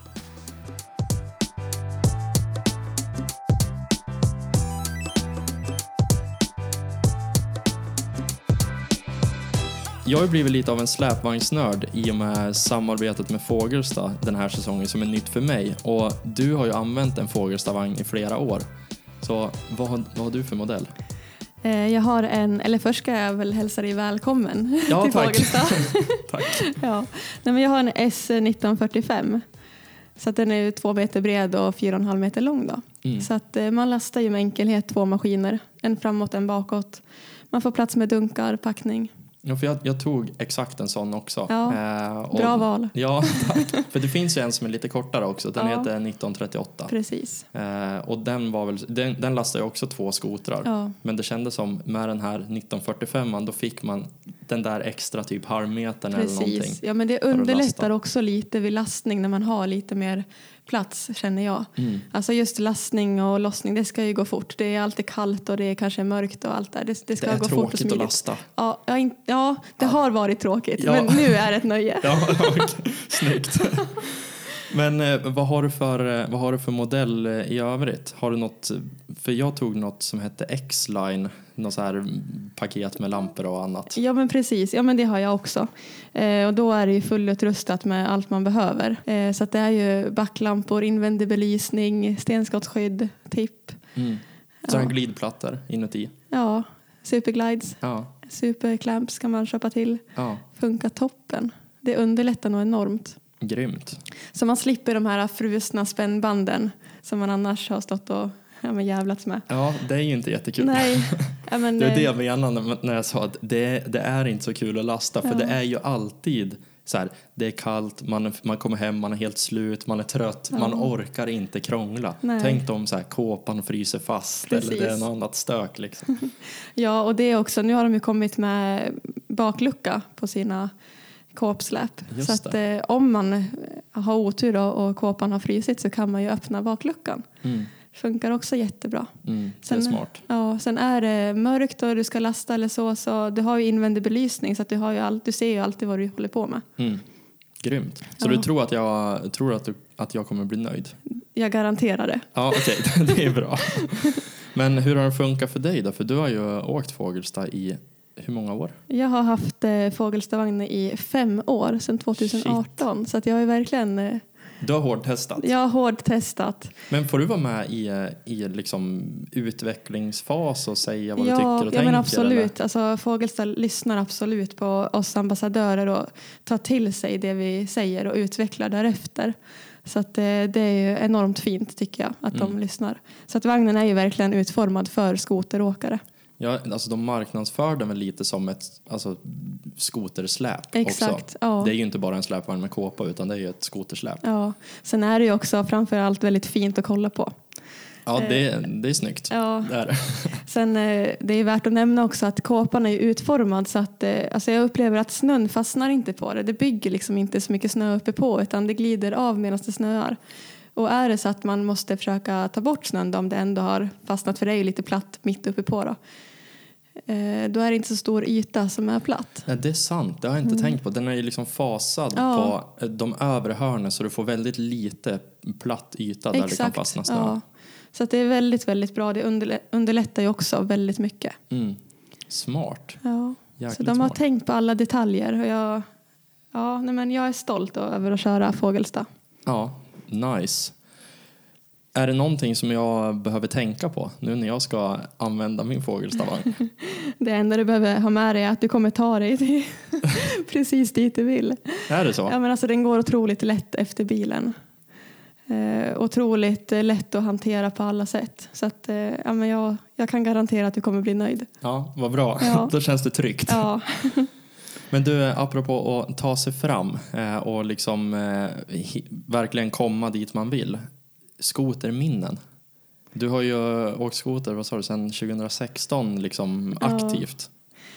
Jag har blivit lite av en släpvagnsnörd i och med samarbetet med Fågelsta den här säsongen som är nytt för mig. Och du har ju använt en Fågelstavagn i flera år. Så vad har du för modell? Jag har först ska jag väl hälsa dig välkommen till Fågelsta. Tack. Ja. Nej, men jag har en S1945. Så att den är 2 meter bred och 4,5 meter lång då. Så att man lastar ju med enkelhet 2 maskiner. En framåt, en bakåt. Man får plats med dunkar, packning. Ja, för jag tog exakt en sån också. Ja, bra val. Ja, tack. För det finns ju en som är lite kortare också. Den heter 1938. Precis. Och den lastar ju också 2 skotrar. Ja. Men det kändes som med den här 1945 då fick man den där extra typ halvmetern eller någonting. Ja, men det underlättar också lite vid lastning när man har lite mer plats, känner jag. Alltså just lastning och lossning, det ska ju gå fort. Det är alltid kallt och det är kanske mörkt och allt där. Det ska det är gå fort och tråkigt att lasta. Ja, det har varit tråkigt, men nu är det ett nöje. Ja, snyggt. Men vad har du för modell i övrigt? Har du något, för jag tog något som hette X-Line, något så här paket med lampor och annat. Ja, men precis. Ja, men det har jag också. Och då är det ju fullutrustat med allt man behöver. Så att det är ju backlampor, invändig belysning, stenskottsskydd, tipp. Så här glidplattor inuti. Ja, superglides. Ja. Superclamps kan man köpa till. Ja. Funkar toppen. Det underlättar nog enormt. Grymt. Så man slipper de här frusna spännbanden som man annars har stått och jävlats med. Ja, det är ju inte jättekul. Nej. Ja, men, det är det jag menade när jag sa att det är inte så kul att lasta. För det är ju alltid så här, det är kallt, man kommer hem, man är helt slut, man är trött, man orkar inte krångla. Nej. Tänk om så här, kåpan fryser fast. Precis. Eller det är något annat stök liksom. Ja, och det är också, nu har de ju kommit med baklucka på sina kåpsläp. Så att om man har otur och kåpan har frysit så kan man ju öppna bakluckan. Funkar också jättebra. Det är smart. Ja, sen är det mörkt och du ska lasta eller så du har ju invändig belysning så att du ser ju alltid vad du håller på med. Grymt. Så du tror att jag kommer bli nöjd? Jag garanterar det. Ja, okej. Det är bra. Men hur har det funkat för dig då? För du har ju åkt Fågelsta i hur många år? Jag har haft Fågelstavagn i 5 år, sedan 2018. Shit. Så att jag är verkligen... Du har hårdtestat? Jag har hårdtestat. Men får du vara med i liksom utvecklingsfas och säga vad du tycker och tänker? Ja, men absolut. Alltså, Fågelsta lyssnar absolut på oss ambassadörer och tar till sig det vi säger och utvecklar därefter. Så att det är ju enormt fint tycker jag att de lyssnar. Så att vagnen är ju verkligen utformad för skoteråkare. Ja, alltså de marknadsför den väl lite som ett skotersläp. Exakt, också. Ja. Det är ju inte bara en släpvagn med kåpa utan det är ju ett skotersläp. Ja, sen är det ju också framförallt väldigt fint att kolla på. Ja, det är snyggt. Ja. Det är det. Sen det är värt att nämna också att kåpan är ju utformad så att alltså jag upplever att snön fastnar inte på det. Det bygger liksom inte så mycket snö uppe på utan det glider av medan det snöar. Och är det så att man måste försöka ta bort snön då, om det ändå har fastnat för det är ju lite platt mitt uppe på då är det inte så stor yta som är platt. Ja, det är sant, det har jag inte tänkt på. Den är ju liksom fasad på de övre hörnen så du får väldigt lite platt yta där det kan fastna snö. Ja. Så att det är väldigt, väldigt bra. Det underlättar ju också väldigt mycket. Smart. Ja. Så de har tänkt på alla detaljer. Och jag är stolt över att köra Fågelsta. Ja, nice. Är det någonting som jag behöver tänka på nu när jag ska använda min Fågelstavagn? Det enda du behöver ha med dig är att du kommer ta dig till precis dit du vill. Är det så? Ja, men alltså den går otroligt lätt efter bilen. Otroligt lätt att hantera på alla sätt. Så att jag kan garantera att du kommer bli nöjd. Ja, vad bra. Ja. Då känns det tryggt. Ja. Men du, apropå att ta sig fram och liksom verkligen komma dit man vill. Skoterminnen. Du har ju åkt skoter, vad sa du, sedan 2016 liksom aktivt.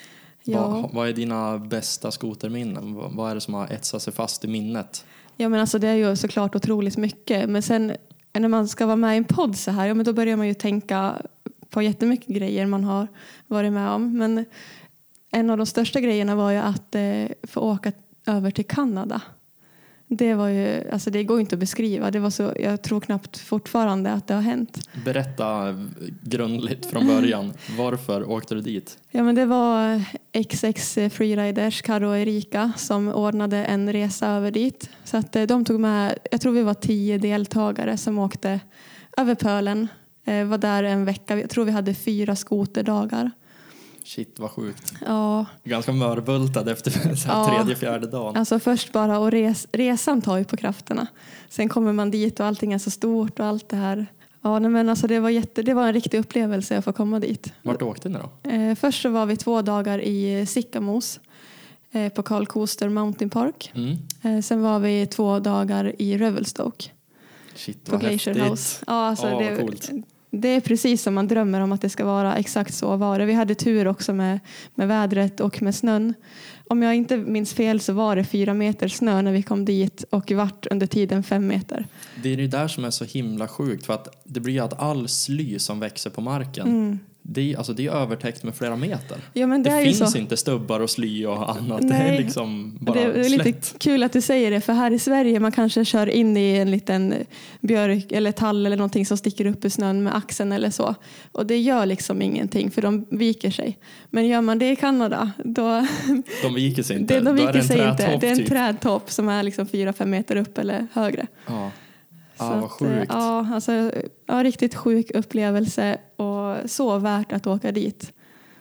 Ja. Vad är dina bästa skoterminnen? Vad är det som har etsat sig fast i minnet? Ja, men alltså det är ju såklart otroligt mycket. Men sen när man ska vara med i en podd så här, ja, men då börjar man ju tänka på jättemycket grejer man har varit med om. Men en av de största grejerna var ju att få åka över till Kanada. Det var ju, alltså det går inte att beskriva. Det var så, jag tror knappt fortfarande att det har hänt. Berätta grundligt från början. Varför åkte du dit? Ja, men det var XX Freeriders, Karo och Erika, som ordnade en resa över dit. Så att de tog med, jag tror vi var 10 deltagare som åkte över pölen. Var där en vecka. Jag tror vi hade 4 skoterdagar. Shit, vad sjukt. Ja. Ganska mörbultad efter så här 3:e, 4:e dagen. Alltså först bara, och resan tar ju på krafterna. Sen kommer man dit och allting är så stort och allt det här. Ja, men alltså det var en riktig upplevelse att få komma dit. Vart åkte ni då? Först så var vi 2 dagar i Sickamos på Karl Koster Mountain Park. Sen var vi 2 dagar i Revelstoke. Shit, på vad Glacier häftigt. House. Ja, alltså vad coolt. det är precis som man drömmer om att det ska vara. Exakt så var det. Vi hade tur också med vädret och med snön. Om jag inte minns fel så var det 4 meter snö när vi kom dit och vart under tiden 5 meter. Det är det där som är så himla sjukt, för att det blir att all sly som växer på marken, det är övertäckt med flera meter. Ja, men det finns så. inte stubbar och sly och annat. Nej. Det är liksom bara det är lite slätt. kul att du säger det, för här i Sverige man kanske kör in i en liten björk eller tall eller någonting som sticker upp i snön med axeln eller så. Och det gör liksom ingenting, för de viker sig. Men gör man det i Kanada, då... De viker sig inte. De viker sig inte. Det är en typ. trädtopp som är liksom 4-5 meter upp eller högre. Ja. Så Vad sjukt. Riktigt sjuk upplevelse och så värt att åka dit.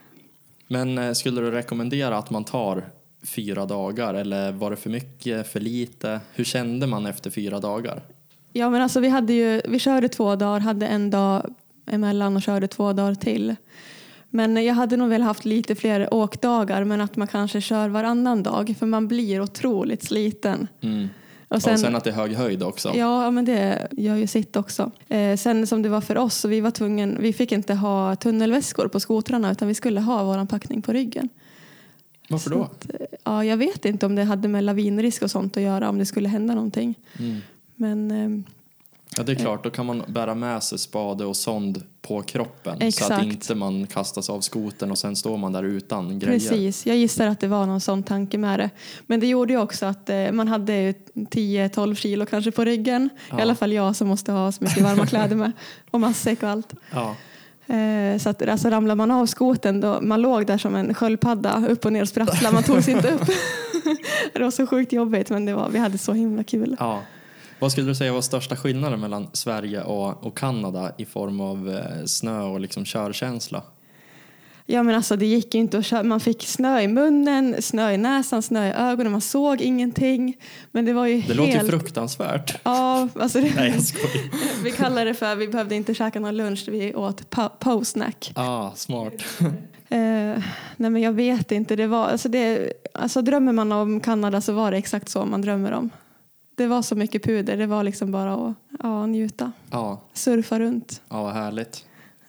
Men skulle du rekommendera att man tar 4 dagar, eller var det för mycket, för lite? Hur kände man efter 4 dagar? Ja, men alltså vi körde 2 dagar, hade en dag emellan och körde 2 dagar till. Men jag hade nog väl haft lite fler åkdagar, men att man kanske kör varannan dag, för man blir otroligt sliten. Och sen att det är hög höjd också. Ja, men det gör ju sitt också. Sen som det var för oss, så vi fick inte ha tunnelväskor på skotrarna, utan vi skulle ha våran packning på ryggen. Varför då? Jag vet inte om det hade med lavinrisk och sånt att göra, om det skulle hända någonting. Men... Ja, det är klart. Då kan man bära med sig spade och sond på kroppen. Exakt. Så att inte man kastas av skoten och sen står man där utan grejer. Precis, jag gissar att det var någon sån tanke med det. Men det gjorde ju också att man hade 10-12 kilo kanske på ryggen. Ja. I alla fall jag som måste ha så mycket varma kläder med. Och matsäck och allt. Ja. Så att alltså, ramlar man av skoten, då man låg där som en sköldpadda upp och ner och sprattlade. Man tog sig inte upp. Det var så sjukt jobbigt, men vi hade så himla kul. Ja. Vad skulle du säga var största skillnaden mellan Sverige och Kanada i form av snö och liksom körkänsla? Ja, men alltså det gick inte att köra. Man fick snö i munnen, snö i näsan, snö i ögonen. Man såg ingenting. Men det var ju Det låter ju fruktansvärt. Ja, alltså Nej, jag skojar. Vi kallar det för, vi behövde inte käka någon lunch. Vi åt post-snack. Smart. Nej, men jag vet inte. Det var, alltså drömmer man om Kanada, så var det exakt så man drömmer om. Det var så mycket puder. Det var liksom bara att njuta. Ja. Surfa runt. Ja, vad härligt.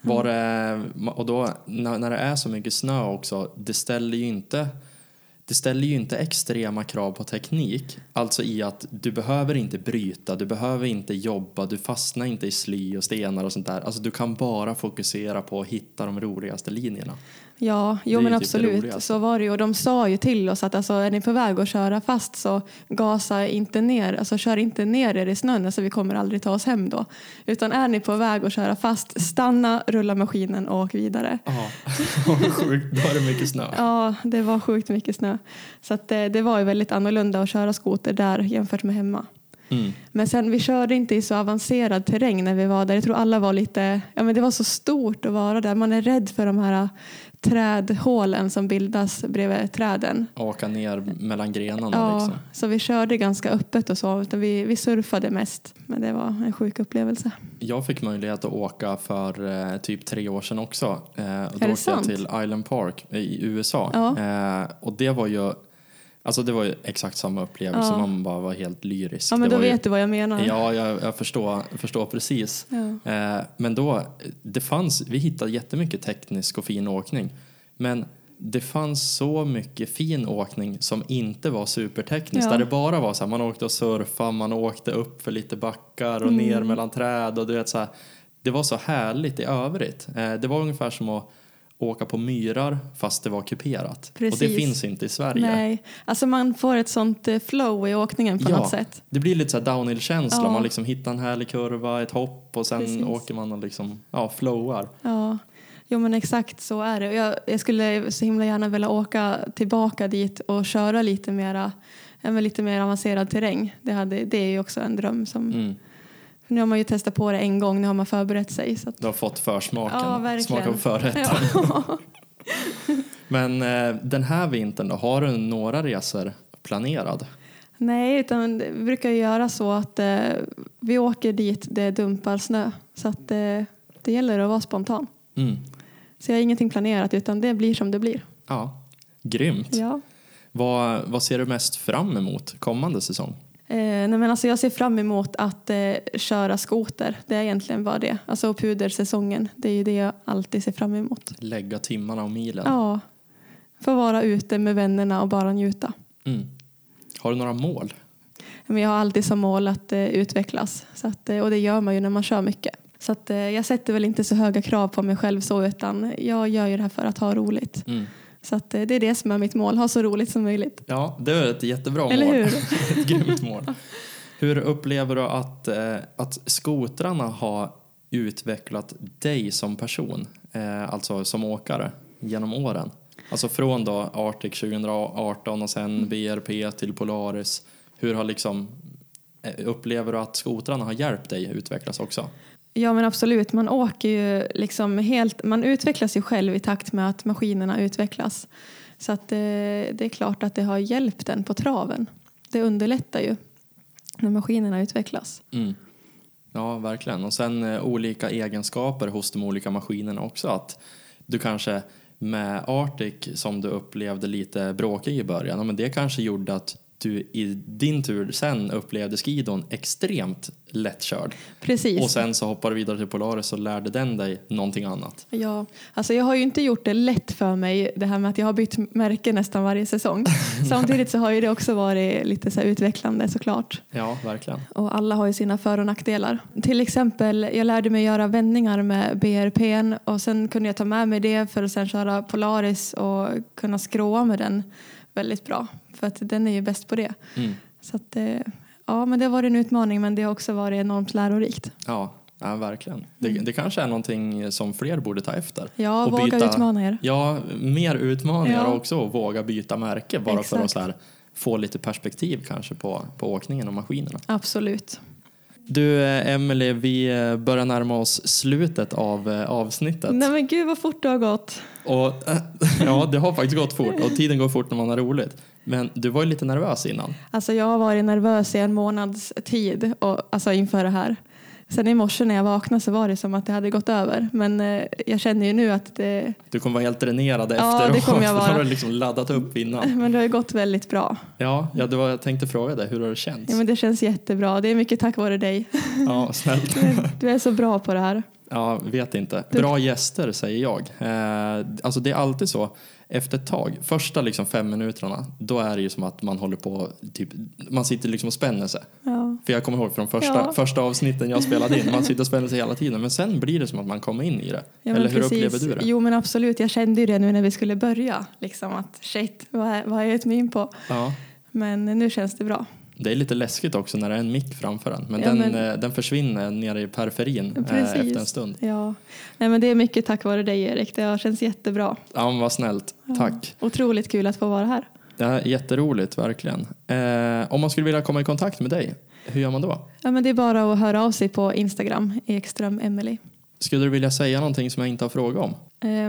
Och då när det är så mycket snö också, det ställer ju inte extrema krav på teknik. Alltså i att du behöver inte bryta, du behöver inte jobba, du fastnar inte i sly och stenar och sånt där. Alltså du kan bara fokusera på att hitta de roligaste linjerna. Ja, men absolut. Så var det ju. Och de sa ju till oss att alltså, är ni på väg att köra fast, så gasa inte ner. Alltså kör inte ner er i snön, alltså vi kommer aldrig ta oss hem då. Utan är ni på väg att köra fast, stanna, rulla maskinen och åk vidare. Ja, sjukt. Då var det mycket snö. Ja, det var sjukt mycket snö. Så att det var ju väldigt annorlunda att köra skoter där jämfört med hemma. Men sen vi körde inte i så avancerad terräng när vi var där. Jag tror alla var lite, men det var så stort att vara där. Man är rädd för de här trädhålen som bildas bredvid träden. Åka ner mellan grenarna liksom. Så vi körde ganska öppet och så. Utan vi surfade mest. Men det var en sjuk upplevelse. Jag fick möjlighet att åka för typ 3 år sedan också. Då åkte jag till Island Park i USA. Ja. Och det var ju exakt samma upplevelse. Man bara var helt lyrisk. Ja, men då vet du vad jag menar. Ja, jag förstår precis. Ja. Men då, vi hittade jättemycket teknisk och fin åkning. Men det fanns så mycket fin åkning som inte var supertekniskt. Ja. Där det bara var så här, man åkte och surfade, man åkte upp för lite backar och ner mellan träd. Och du vet, så här, det var så härligt i övrigt. Det var ungefär som att åka på myrar fast det var kuperat. Precis. Och det finns inte i Sverige. Nej, alltså man får ett sånt flow i åkningen på något sätt. Det blir lite så här downhill-känsla. Ja. Man liksom hittar en härlig kurva, ett hopp och sen åker man och liksom, flowar. Ja, jo men exakt så är det. Jag skulle så himla gärna vilja åka tillbaka dit och köra lite mer avancerad terräng. Det är ju också en dröm som... Nu har man ju testat på det en gång, nu har man förberett sig. Så att... Du har fått försmaken. Ja, verkligen. Smaken på förrätten. Ja. Men den här vintern då, har du några resor planerad? Nej, utan vi brukar göra så att vi åker dit det dumpar snö. Så att det gäller att vara spontan. Så jag har ingenting planerat utan det blir som det blir. Ja, grymt. Ja. Vad ser du mest fram emot kommande säsong? Nej, men alltså jag ser fram emot att köra skoter. Det är egentligen bara det. Alltså pudersäsongen. Det är ju det jag alltid ser fram emot. Lägga timmarna och milen. Ja. Få vara ute med vännerna och bara njuta. Har du några mål? Men jag har alltid som mål att utvecklas. Så att, och det gör man ju när man kör mycket. Så att, jag sätter väl inte så höga krav på mig själv så. Utan jag gör ju det här för att ha roligt. Så att, det är det som är mitt mål. Ha så roligt som möjligt. Ja, det är ett jättebra mål. Eller hur? Ett grymt mål. Hur upplever du att skotrarna har utvecklat dig som person? Alltså som åkare genom åren? Alltså från då Arctic 2018 och sen BRP till Polaris. Hur har upplever du att skotrarna har hjälpt dig utvecklas också? Ja men absolut, man åker ju liksom man utvecklas ju själv i takt med att maskinerna utvecklas. Så att det är klart att det har hjälpt den på traven. Det underlättar ju när maskinerna utvecklas. Ja, verkligen. Och sen olika egenskaper hos de olika maskinerna också. Att du kanske med Arctic som du upplevde lite bråkig i början, men det kanske gjorde att du i din tur sen upplevde skidon extremt lättkörd. Precis. Och sen så hoppade du vidare till Polaris och lärde den dig någonting annat. Ja, alltså jag har ju inte gjort det lätt för mig det här med att jag har bytt märke nästan varje säsong. Samtidigt så har ju det också varit lite så här utvecklande såklart. Ja, verkligen. Och alla har ju sina för- och nackdelar. Till exempel, jag lärde mig göra vändningar med BRP:n och sen kunde jag ta med mig det för att sen köra Polaris och kunna skråa med den väldigt bra. För att den är ju bäst på det. Så att, ja, men det har varit en utmaning men det har också varit enormt lärorikt. Ja, verkligen. Det kanske är någonting som fler borde ta efter. Ja, och våga utmana er. Ja, mer utmaningar också och våga byta märke bara Exakt. för att så här, få lite perspektiv kanske på åkningen och maskinerna. Absolut. Du, Emelie, vi börjar närma oss slutet av avsnittet. Nej men gud vad fort det har gått. Och, ja, det har faktiskt gått fort och tiden går fort när man har roligt. Men du var ju lite nervös innan. Alltså jag har varit nervös i en månads tid alltså inför det här. Sen i morse när jag vaknade så var det som att det hade gått över. Men jag känner ju nu att det... Du kommer vara helt dränerad Ja, efteråt. det kommer jag vara. För har du liksom laddat upp innan. Men det har ju gått väldigt bra. Ja, jag tänkte fråga dig, hur har det känts? Ja, men det känns jättebra. Det är mycket tack vare dig. Ja, snällt. Du är så bra på det här. Ja, vet inte. Bra gäster säger jag. Alltså det är alltid så. Efter ett tag, första 5 minuterna, då är det ju som att man håller på, typ, man sitter liksom och spänner sig. Ja. För jag kommer ihåg från första avsnitten jag spelade in, man sitter och spänner sig hela tiden. Men sen blir det som att man kommer in i det. Ja, eller hur precis. upplever du det? Jo men absolut, jag kände ju det nu när vi skulle börja. Liksom att shit, vad har jag gett mig in på? Ja. Men nu känns det bra. Det är lite läskigt också när det är en mick framför en. Men, den försvinner nere i periferin efter en stund. Ja. Nej, men det är mycket tack vare dig Erik. Det känns jättebra. Ja, men vad snällt. Tack. Otroligt kul att få vara här. Ja, jätteroligt, verkligen. Om man skulle vilja komma i kontakt med dig, hur gör man då? Ja, men det är bara att höra av sig på Instagram, Ekström Emelie. Skulle du vilja säga någonting som jag inte har frågat om?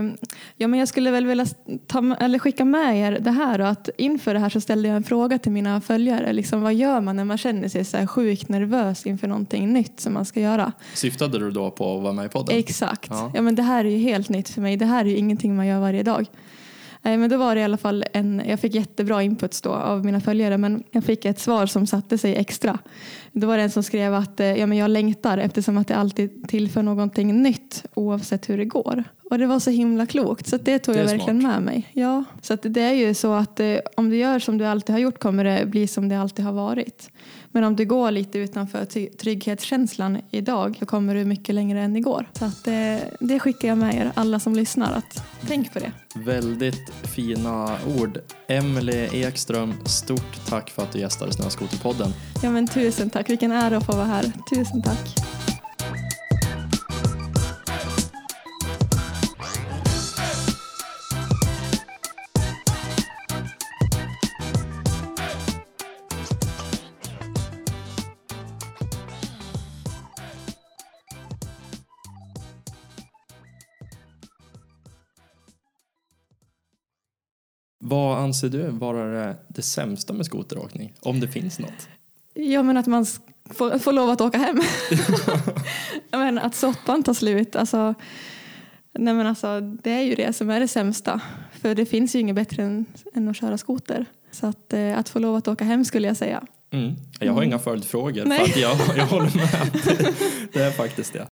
Ja, men jag skulle väl vilja skicka med er det här. Och att inför det här så ställde jag en fråga till mina följare. Vad gör man när man känner sig så här sjukt nervös inför någonting nytt som man ska göra? Syftade du då på att vara med i podden? Exakt. Ja, men det här är ju helt nytt för mig. Det här är ju ingenting man gör varje dag. Men då var det i alla fall jag fick jättebra inputs då av mina följare, men jag fick ett svar som satte sig extra. Då var det en som skrev att men jag längtar eftersom att det alltid tillför någonting nytt oavsett hur det går. Och det var så himla klokt. Så det tog jag verkligen med mig. Ja, så att det är ju så att om du gör som du alltid har gjort kommer det bli som det alltid har varit. Men om du går lite utanför trygghetskänslan idag så kommer du mycket längre än igår. Så att det skickar jag med er alla som lyssnar att tänk på det. Väldigt fina ord. Emelie Ekström, stort tack för att du gästade Snöskoterpodden. Ja men tusen tack, vilken ära att få vara här. Tusen tack. Vad anser du vara det sämsta med skoteråkning? Om det finns något? Ja, men att man får lov att åka hem. Men att soppan tar slut. Alltså, nej men alltså, det är ju det som är det sämsta. För det finns ju inget bättre än att köra skoter. Så att få lov att åka hem skulle jag säga. Jag har inga följdfrågor för att jag håller med. Det är faktiskt det.